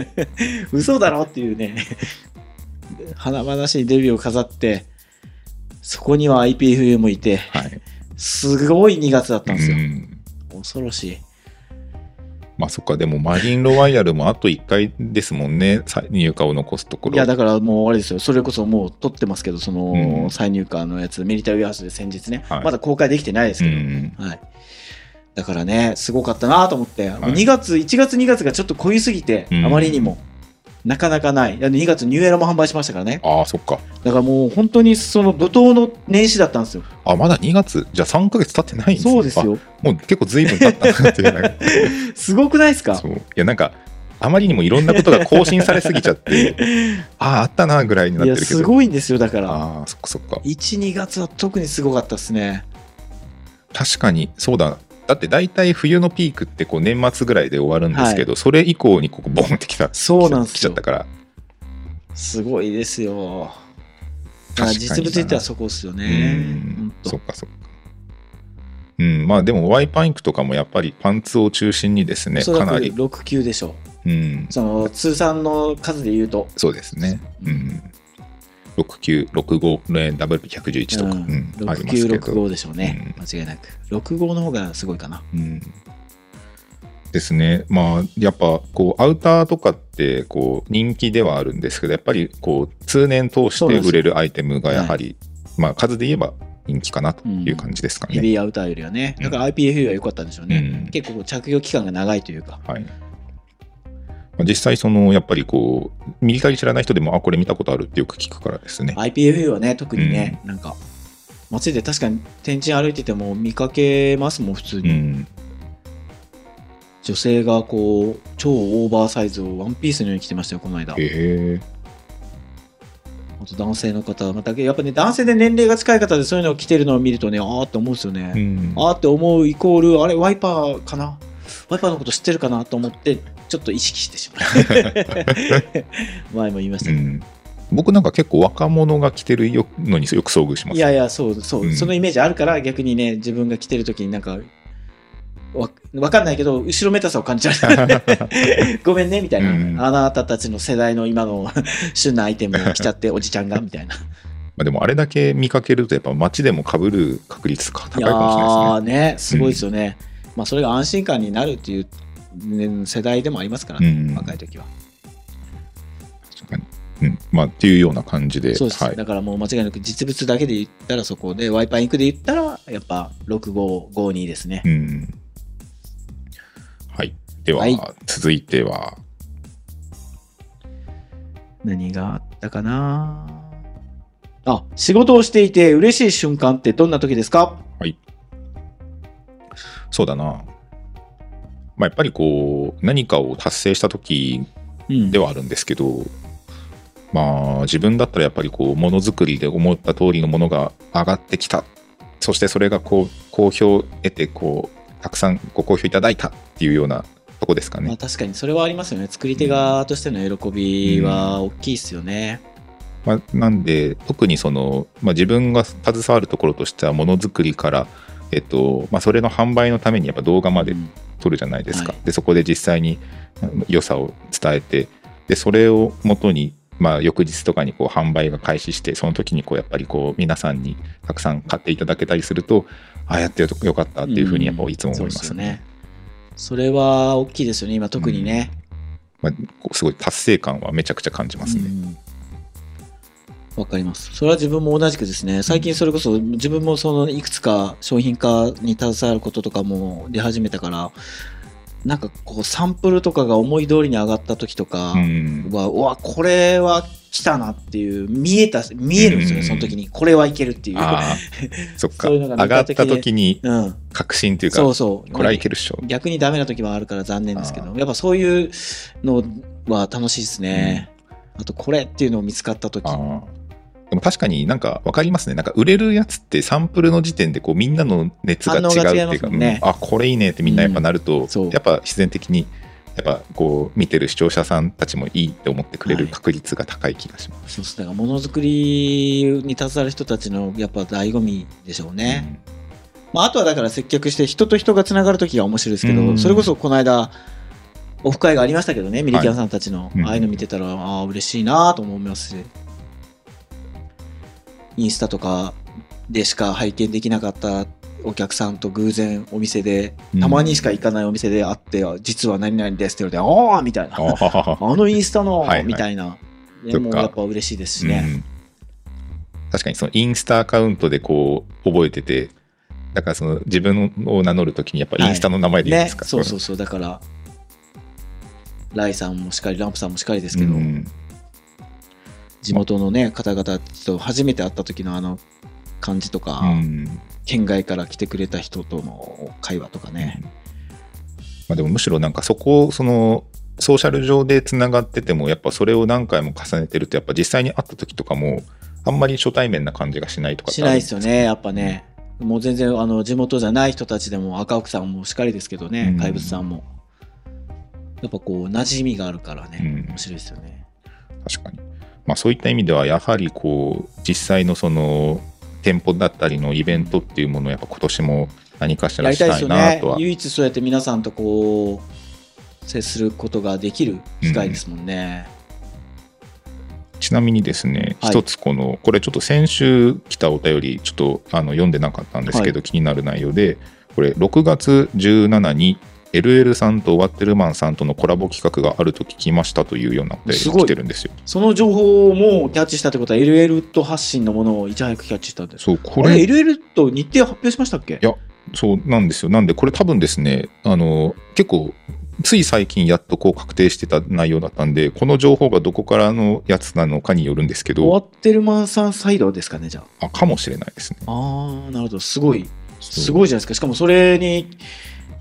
うん、嘘だろっていうね華々しいデビューを飾って、そこには アイピーエフユー もいて、はい、すごいにがつだったんですよ、うん、恐ろしい。 まあそっか、でもマリンロワイヤルもあといっかいですもんね、再入荷を残すところ。 いやだからもうあれですよ、それこそもう取ってますけど、その再入荷のやつ、ミリタリーウェアハウスで先日ね、はい、まだ公開できてないですけど、うんはい、だからねすごかったなと思って、はい、にがついちがつにがつがちょっと濃ゆすぎて、うん、あまりにもなかなかない。にがつニューエラも販売しましたからね。 ああそっか。 だからもう本当にその怒涛の年始だったんですよ。 あ、まだにがつじゃあさんかげつ経ってないんですね。 そうですよ。 もう結構随分経ったなっていうすごくないですか？ そういやなんかあまりにもいろんなことが更新されすぎちゃってあああったなぐらいになってるけど。いやすごいんですよ。だからああそっかそっか。 いち、にがつは特にすごかったですね。 確かにそうだ。だって大体冬のピークってこう年末ぐらいで終わるんですけど、はい、それ以降にここボンってきた。 そうなんですよ。 来ちゃったからすごいですよ。だから実物言ったらそこですよね。 そっかそっか。うん、まあでもワイパンインクとかもやっぱりパンツを中心にですね、かなりろくきゅうでしょう。うん、 その通算の数で言うとそうですね。うん、ろくきゅう、ろくご、ダブリューピーひゃくじゅういちとか、うん、 ろくきゅう、ろくごでしょうね、うん、間違いなく。ろくごの方がすごいかな。うんですね。まあやっぱこうアウターとかってこう人気ではあるんですけど、やっぱりこう通年通して売れるアイテムがやはり、はい、まあ数で言えば人気かなという感じですかね。 ヘビーアウターよりはね。だから アイピーエフユー は良かったんでしょうね。うん、結構着用期間が長いというか。はい。 実際そのやっぱりこうミリタリー知らない人でもあこれ見たことあるってよく聞くからですね。 アイピーエフユー はね特にね、うん、なんか街で確かに天神歩いてても見かけますもん普通に。うん女性がこう超オーバーサイズをワンピースのように着てましたよこの間。へえ。あと男性の方またやっぱね男性で年齢が近い方でそういうのを着てるのを見るとねあーって思うんですよね、うん、あーって思うイコールあれワイパーかなワイパーのこと知ってるかなと思ってちょっと意識してしまう前も言いましたけど、うん、 僕なんか結構若者が着てるのによく遭遇します、ね、 いやいやそうそう、うん、そのイメージあるから逆にね自分が着てる時になんかわ分かんないけど後ろめたさを感じちゃうごめんねみたいな、うん、あなたたちの世代の今の旬なアイテムを着ちゃっておじちゃんがみたいなまあでもあれだけ見かけるとやっぱ街でも被る確率高いかもしれないですね。 いやーねすごいですよね、うん、まあそれが安心感になるっていう、ね、世代でもありますからね、うん、若い時は確かに、うんまあ、っていうような感じでそうです、はい、だからもう間違いなく実物だけで言ったらそこでワイパーインクで言ったらやっぱろくごごにですね、うんはい、では、はい、続いては何があったかなあ仕事をしていて嬉しい瞬間ってどんな時ですか？ はいそうだな、まあ、やっぱりこう何かを達成した時ではあるんですけど、うん、まあ自分だったらやっぱりこうものづくりで思った通りのものが上がってきたそしてそれがこう好評を得てこうたくさんご好評いただいたっていうようなとこですかね。 まあ、確かにそれはありますよね。作り手側としての喜びは大きいですよね、 うんまあ、なんで特にその、まあ、自分が携わるところとしてはものづくりから、えっとまあ、それの販売のためにやっぱ動画まで撮るじゃないですか、うんはい、でそこで実際に良さを伝えてでそれをもとにまあ、翌日とかにこう販売が開始してその時にこうやっぱりこう皆さんにたくさん買っていただけたりするとああやってよかったっていうふうにやっぱいつも思いますね、うん、そうですよね。 それは大きいですよね今特にね、 うんまあ、すごい達成感はめちゃくちゃ感じますね。 わ、うん、かります。それは自分も同じくですね。最近それこそ自分もそのいくつか商品化に携わることとかも出始めたからなんかこうサンプルとかが思い通りに上がった時とかは、うん、うわこれは来たなっていう見えた見えるんですよね、うん、その時にこれはいけるっていうあそっかそういうのが上がった時に確信というか、うん、そうそうこれはいけるっしょ逆にダメな時もあるから残念ですけどやっぱそういうのは楽しいですね、うん、あとこれっていうのを見つかった時あでも確かになんか分かりますね。なんか売れるやつってサンプルの時点でこうみんなの熱が違うっていうか、ねうん、あこれいいねってみんなやっぱなると、うん、やっぱ自然的にやっぱこう見てる視聴者さんたちもいいって思ってくれる確率が高い気がします。 はい、そうだからものづくりに携わる人たちのやっぱ醍醐味でしょうね。うんまあ、あとはだから接客して人と人がつながる時が面白いですけど、うん、それこそこの間オフ会がありましたけどねミリキャンさんたちの、はい、ああいうの見てたら、うん、ああ嬉しいなと思いますし。インスタとかでしか拝見できなかったお客さんと偶然お店でたまにしか行かないお店で会って、うん、実は何々ですって言われてああみたいなあのインスタのはい、はい、みたいなでもやっぱ嬉しいですしね、うん、 確かにそのインスタアカウントでこう覚えててだからその自分を名乗るときにやっぱインスタの名前でいいですか、 はいね、そうそうそうだからライさんもしっかりランプさんもしっかりですけど、うん地元のね方々と初めて会った時のあの感じとか、うん、県外から来てくれた人との会話とかね、うんまあ、でもむしろなんかそこそのソーシャル上でつながっててもやっぱそれを何回も重ねてるとやっぱ実際に会った時とかもあんまり初対面な感じがしないとかしないですよねやっぱね、うん、もう全然あの地元じゃない人たちでも赤奥さんもしっかりですけどね、うん、怪物さんもやっぱこう馴染みがあるからね、うん、面白いですよね。 確かにまあ、そういった意味ではやはりこう実際のその店舗だったりのイベントっていうものをやっぱ今年も何かしらしたいなとはやりたいですよね。 唯一そうやって皆さんとこう接することができる機会ですもんね、 うん、ちなみにですね、はい、一つこのこれちょっと先週来たお便りちょっとあの読んでなかったんですけど、はい、気になる内容でこれろくがつじゅうしちにちにエルエル さんとワッテルマンさんとのコラボ企画があると聞きましたというようなお便りが来てるんですよ。 その情報をもうキャッチしたってことは エルエル と発信のものをいち早くキャッチしたんです。 そうこれエルエル と日程発表しましたっけ？ いやそうなんですよ。なんでこれ多分ですねあの結構つい最近やっとこう確定してた内容だったんでこの情報がどこからのやつなのかによるんですけどワッテルマンさんサイドですかねじゃあ。あかもしれないですね。 ああなるほどすごいすごいじゃないですか。しかもそれに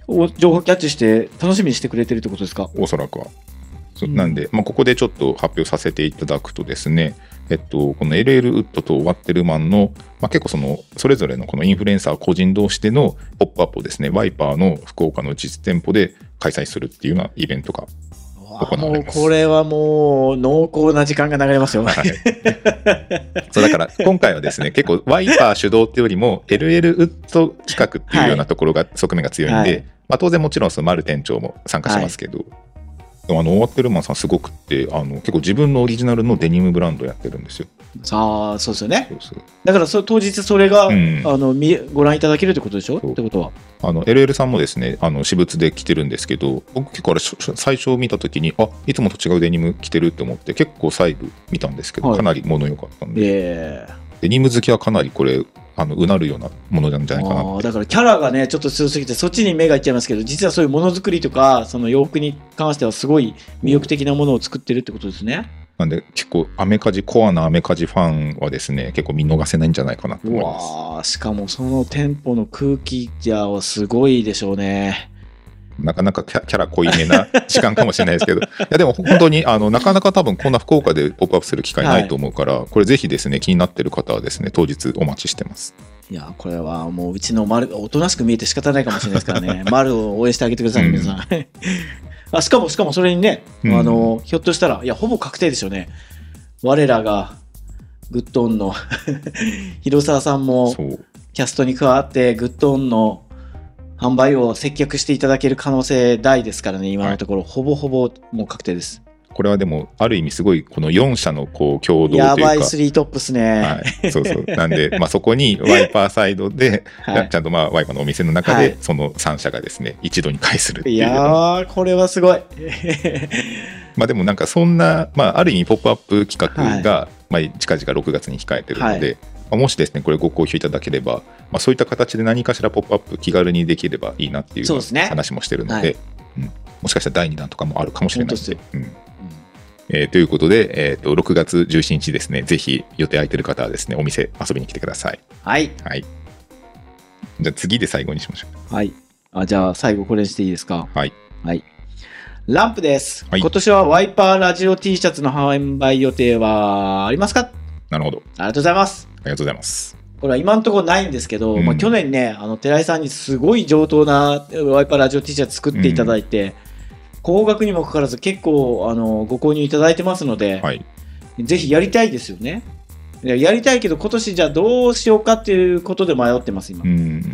情報キャッチして楽しみにしてくれてるってことですか？ おそらくは。なんで、まあ、ここでちょっと発表させていただくとですね、えっと、この エルエル ウッドとワッテルマンの、まあ、結構そのそれぞれのこのインフルエンサー個人同士でのポップアップをですね、ワイパーの福岡の実店舗で開催するっていうようなイベントが行われます。 もうこれはもう濃厚な時間が流れますよ。はい、 そうだから今回はですね、結構ワイパー主導っていうよりも エルエル ウッド企画っていうようなところが側面が強いんで、はい、まあ、当然もちろんその丸店長も参加しますけど、はい、あのワッテルマンさんすごくってあの結構自分のオリジナルのデニムブランドやってるんですよ。 ああ、そうですよね。そうそう、だからそ当日それが、うん、あのご覧いただけるってことでしょ。ってことはあの エルエル さんもですね、あの私物で着てるんですけど、僕結構あれ最初見た時にあいつもと違うデニム着てるって思って結構細部見たんですけど、はい、かなり物良かったんで、えー、デニム好きはかなりこれあのうなるようなものなんじゃないかなって。あ、だからキャラがねちょっと強すぎてそっちに目がいっちゃいますけど、実はそういうものづくりとかその洋服に関してはすごい魅力的なものを作ってるってことですね。 なんで結構アメカジコアなアメカジファンはですね結構見逃せないんじゃないかなと思います。 うわ、しかもその店舗の空気じゃすごいでしょうね。 なかなかキャラ濃いめな時間かもしれないですけどいやでも本当にあのなかなか多分こんな福岡でポップアップする機会ないと思うから、はい、これぜひですね気になってる方はですね当日お待ちしてます。 いやこれはもううちの丸がおとなしく見えて仕方ないかもしれないですからね丸を応援してあげてください、うん、皆さんあしかもしかもそれにね、うん、あのひょっとしたらいやほぼ確定ですよね。我らがグッドオンの広沢さんもキャストに加わってグッドオンの販売を接客していただける可能性大ですからね。今のところ、はい、ほぼほぼもう確定です。 これはでもある意味すごいこのよん社のこう共同というかやばいスリートップっすね、 はい、そうそうなんで、まあ、そこにワイパーサイドで、はい、ちゃんとまあワイパーのお店の中でそのさん社がですね一度に会するっていう。いやーこれはすごいまあでもなんかそんな、まあ、ある意味ポップアップ企画が、はい、まあ、近々ろくがつに控えてるので、はい、まあ、もしですねこれご好評いただければ、まあ、そういった形で何かしらポップアップ気軽にできればいいなっていう話もしてるので、うん、もしかしたらだいにだんとかもあるかもしれないので、うん、えー、ということで、えー、とろくがつじゅうしちにちですねぜひ予定空いてる方はですねお店遊びに来てください。 はい、 はい、じゃあ次で最後にしましょう。はい、あじゃあ最後これしていいですか。 はい、 はい、ランプです、はい、今年はワイパーラジオ T シャツの販売予定はありますか。 なるほど、ありがとうございます。 ありがとうございます。 これは今のところないんですけど、うん、まあ、去年ねあの寺井さんにすごい上等なワイパーラジオ T シャツ作っていただいて、うん、高額にもかかわらず結構あのご購入いただいてますので、はい、ぜひやりたいですよね。やりたいけど今年じゃあどうしようかっていうことで迷ってます今。うん、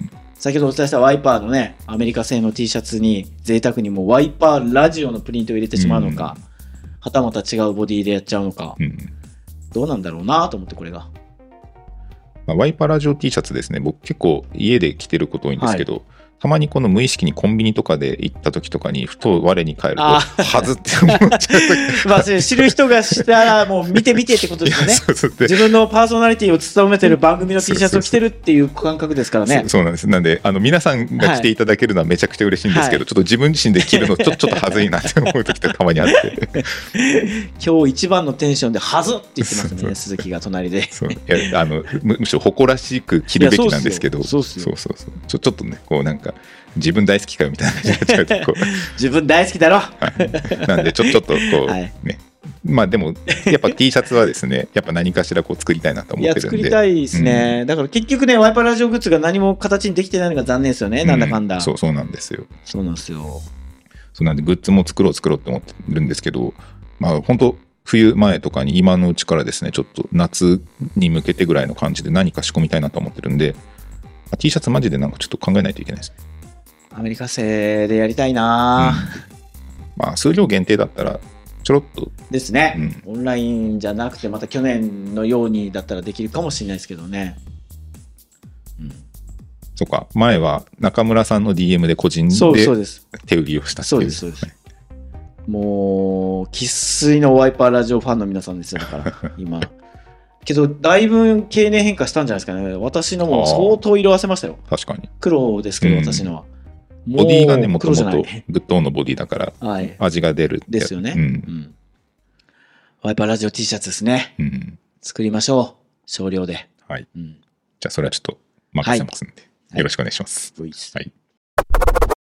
先ほどお伝えしたワイパーのねアメリカ製の T シャツに贅沢にもワイパーラジオのプリントを入れてしまうのか、うん、はたまた違うボディでやっちゃうのか、うん、どうなんだろうなと思ってこれが、 まあ、ワイパーラジオ T シャツですね、僕結構家で着てること多いんですけど、はい、たまにこの無意識にコンビニとかで行った時とかにふと我に返るとはずって思っちゃう時まあ知る人がしたらもう見て見てってことですよね。そうそう自分のパーソナリティを務めてる番組の T シャツを着てるっていう感覚ですからね。 そうそうなんです。なんであの皆さんが着ていただけるのはめちゃくちゃ嬉しいんですけど、はい、ちょっと自分自身で着るのちょ, ちょっとはずいなって思う時とかたまにあって今日一番のテンションではずって言ってますね。そうそう鈴木が隣でそういやあの む, むしろ誇らしく着るべきなんですけど、そうそうそうそうちょちょっとねこうなんか自分大好きかよみたいな感じになっちゃうとこう自分大好きだろなんでちょちょっとこう、はい、ねまあでもやっぱ T シャツはですねやっぱ何かしらこう作りたいなと思ってるんで。いや作りたいですね、うん、だから結局ねワイパーラジオグッズが何も形にできてないのが残念ですよね、うん、なんだかんだ。 そうそうなんですよ。 そうなんですよ。 そうなんでグッズも作ろう作ろうって思ってるんですけど、まあ本当冬前とかに今のうちからですねちょっと夏に向けてぐらいの感じで何か仕込みたいなと思ってるんで、まあ、T シャツマジでなんかちょっと考えないといけないですね。 アメリカ製でやりたいな、 うん、まあ数量限定だったらちょろっとですね、うん、オンラインじゃなくてまた去年のようにだったらできるかもしれないですけどね、 うん、そっか前は中村さんの ディーエム で個人で手売りをしたっていう。そうですそうです、はい、 もう生粋のワイパーラジオファンの皆さんですよだから今けどだいぶ経年変化したんじゃないですかね。私のも相当色あせましたよ。確かに黒ですけど、うん、私のはボディがねもともとグッドオンのボディだから味が出るって、 はい、ですよね、うんうん、ワイパーラジオ T シャツですね、うん、作りましょう少量で、 はい、うん、じゃあそれはちょっと任せますんで、はい、よろしくお願いします、はいはい。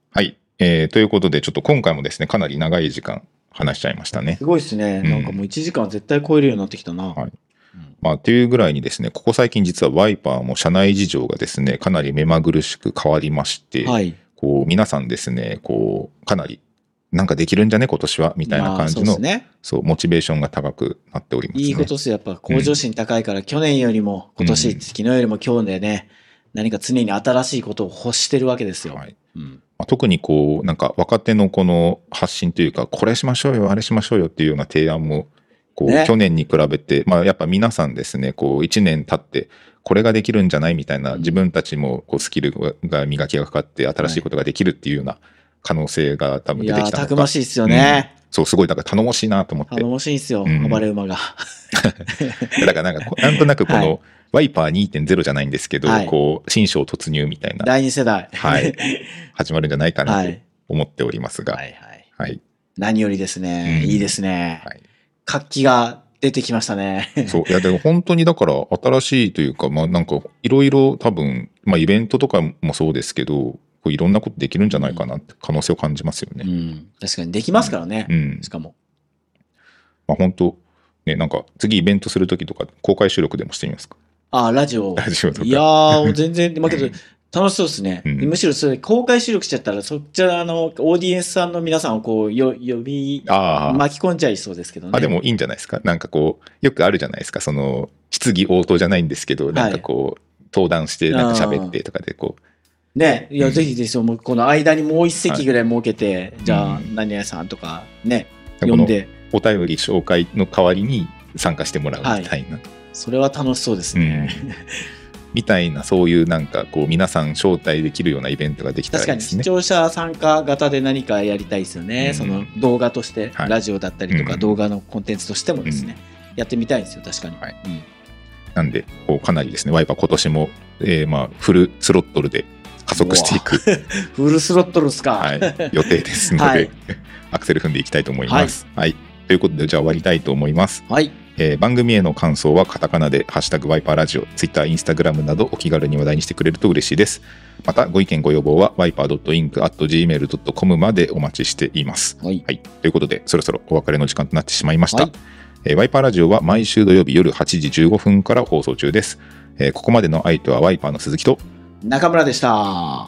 はい、えー、ということでちょっと今回もですねかなり長い時間話しちゃいましたね。 すごいですね、うん、なんかもういちじかんは絶対超えるようになってきたな。 はい、まあ、っていうぐらいにですねここ最近実はワイパーも社内事情がですねかなり目まぐるしく変わりまして、はい、こう皆さんですねこうかなりなんかできるんじゃね今年はみたいな感じの、まあ そうですね、そうモチベーションが高くなっておりますね。 いいことですよ。やっぱ向上心高いから、うん、去年よりも今年、うん、昨日よりも今日でね何か常に新しいことを欲してるわけですよ。はい、うん、 まあ、特にこうなんか若手のこの発信というかこれしましょうよあれしましょうよっていうような提案もこう、ね、去年に比べて、まあ、やっぱ皆さんですねこういちねん経ってこれができるんじゃないみたいな、自分たちもこうスキルが磨きがかかって新しいことができるっていうような可能性が多分出てきたのか。いやたくましいですよね、 うん、そうすごいだから頼もしいなと思って。 頼もしいんですよ、うん、暴れ馬がだからなんかなんとなくこの、はい、ワイパー にてんゼロ じゃないんですけど、はい、こう新章突入みたいなだいに世代、 はい、始まるんじゃないかなと思っておりますが、はいはいはい、何よりですね、うん、いいですね、はい、活気が出てきましたね。 そういやでも本当にだから新しいというか、まあなんかいろいろ多分、まあ、イベントとかもそうですけどこういろんなことできるんじゃないかなって可能性を感じますよね。うん、 確かにできますからね、うん、しかも、 まあ、本当ねなんか次イベントする時とか公開収録でもしてみますか。 あラジオラジオとかいやー全然まあけど楽しそうですね、うん、むしろそれ公開収録しちゃったらそっちらのオーディエンスさんの皆さんをこうよ呼び巻き込んじゃいそうですけどね。 あでもいいんじゃないですか。なんかこうよくあるじゃないですかその質疑応答じゃないんですけど、はい、なんかこう登壇してなんか喋ってとかでこうねいや、うん、ぜひぜひもうこの間にもう一席ぐらい設けて、はい、じゃあ、うん、何々さんとかね呼んでお便り紹介の代わりに参加してもらうみたいな、はい、 それは楽しそうですね、うんみたいなそういうなんかこう皆さん招待できるようなイベントができたらいいですね。 確かに視聴者参加型で何かやりたいですよね、うん、その動画として、はい、ラジオだったりとか動画のコンテンツとしてもですね、うん、やってみたいですよ確かに、はいうん、 なんでこうかなりですねワイパー今年も、えー、まあフルスロットルで加速していくフルスロットルですか、 はい、予定ですので、はい、アクセル踏んでいきたいと思います、はいはい、ということでじゃあ終わりたいと思います。はいえー、番組への感想はカタカナでハッシュタグワイパーラジオ、ツイッター、インスタグラムなどお気軽に話題にしてくれると嬉しいです。またご意見ご要望は ワイパードットインクアットジーメールドットコム までお待ちしています、はいはい、ということでそろそろお別れの時間となってしまいました、はいえー、ワイパーラジオは毎週土曜日夜はちじじゅうごふんから放送中です、えー、ここまでの相手はワイパーの鈴木と中村でした。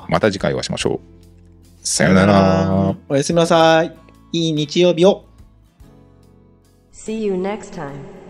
また次回お会いしましょう。さよなら。 おやすみなさい。いい日曜日を。 See you next time.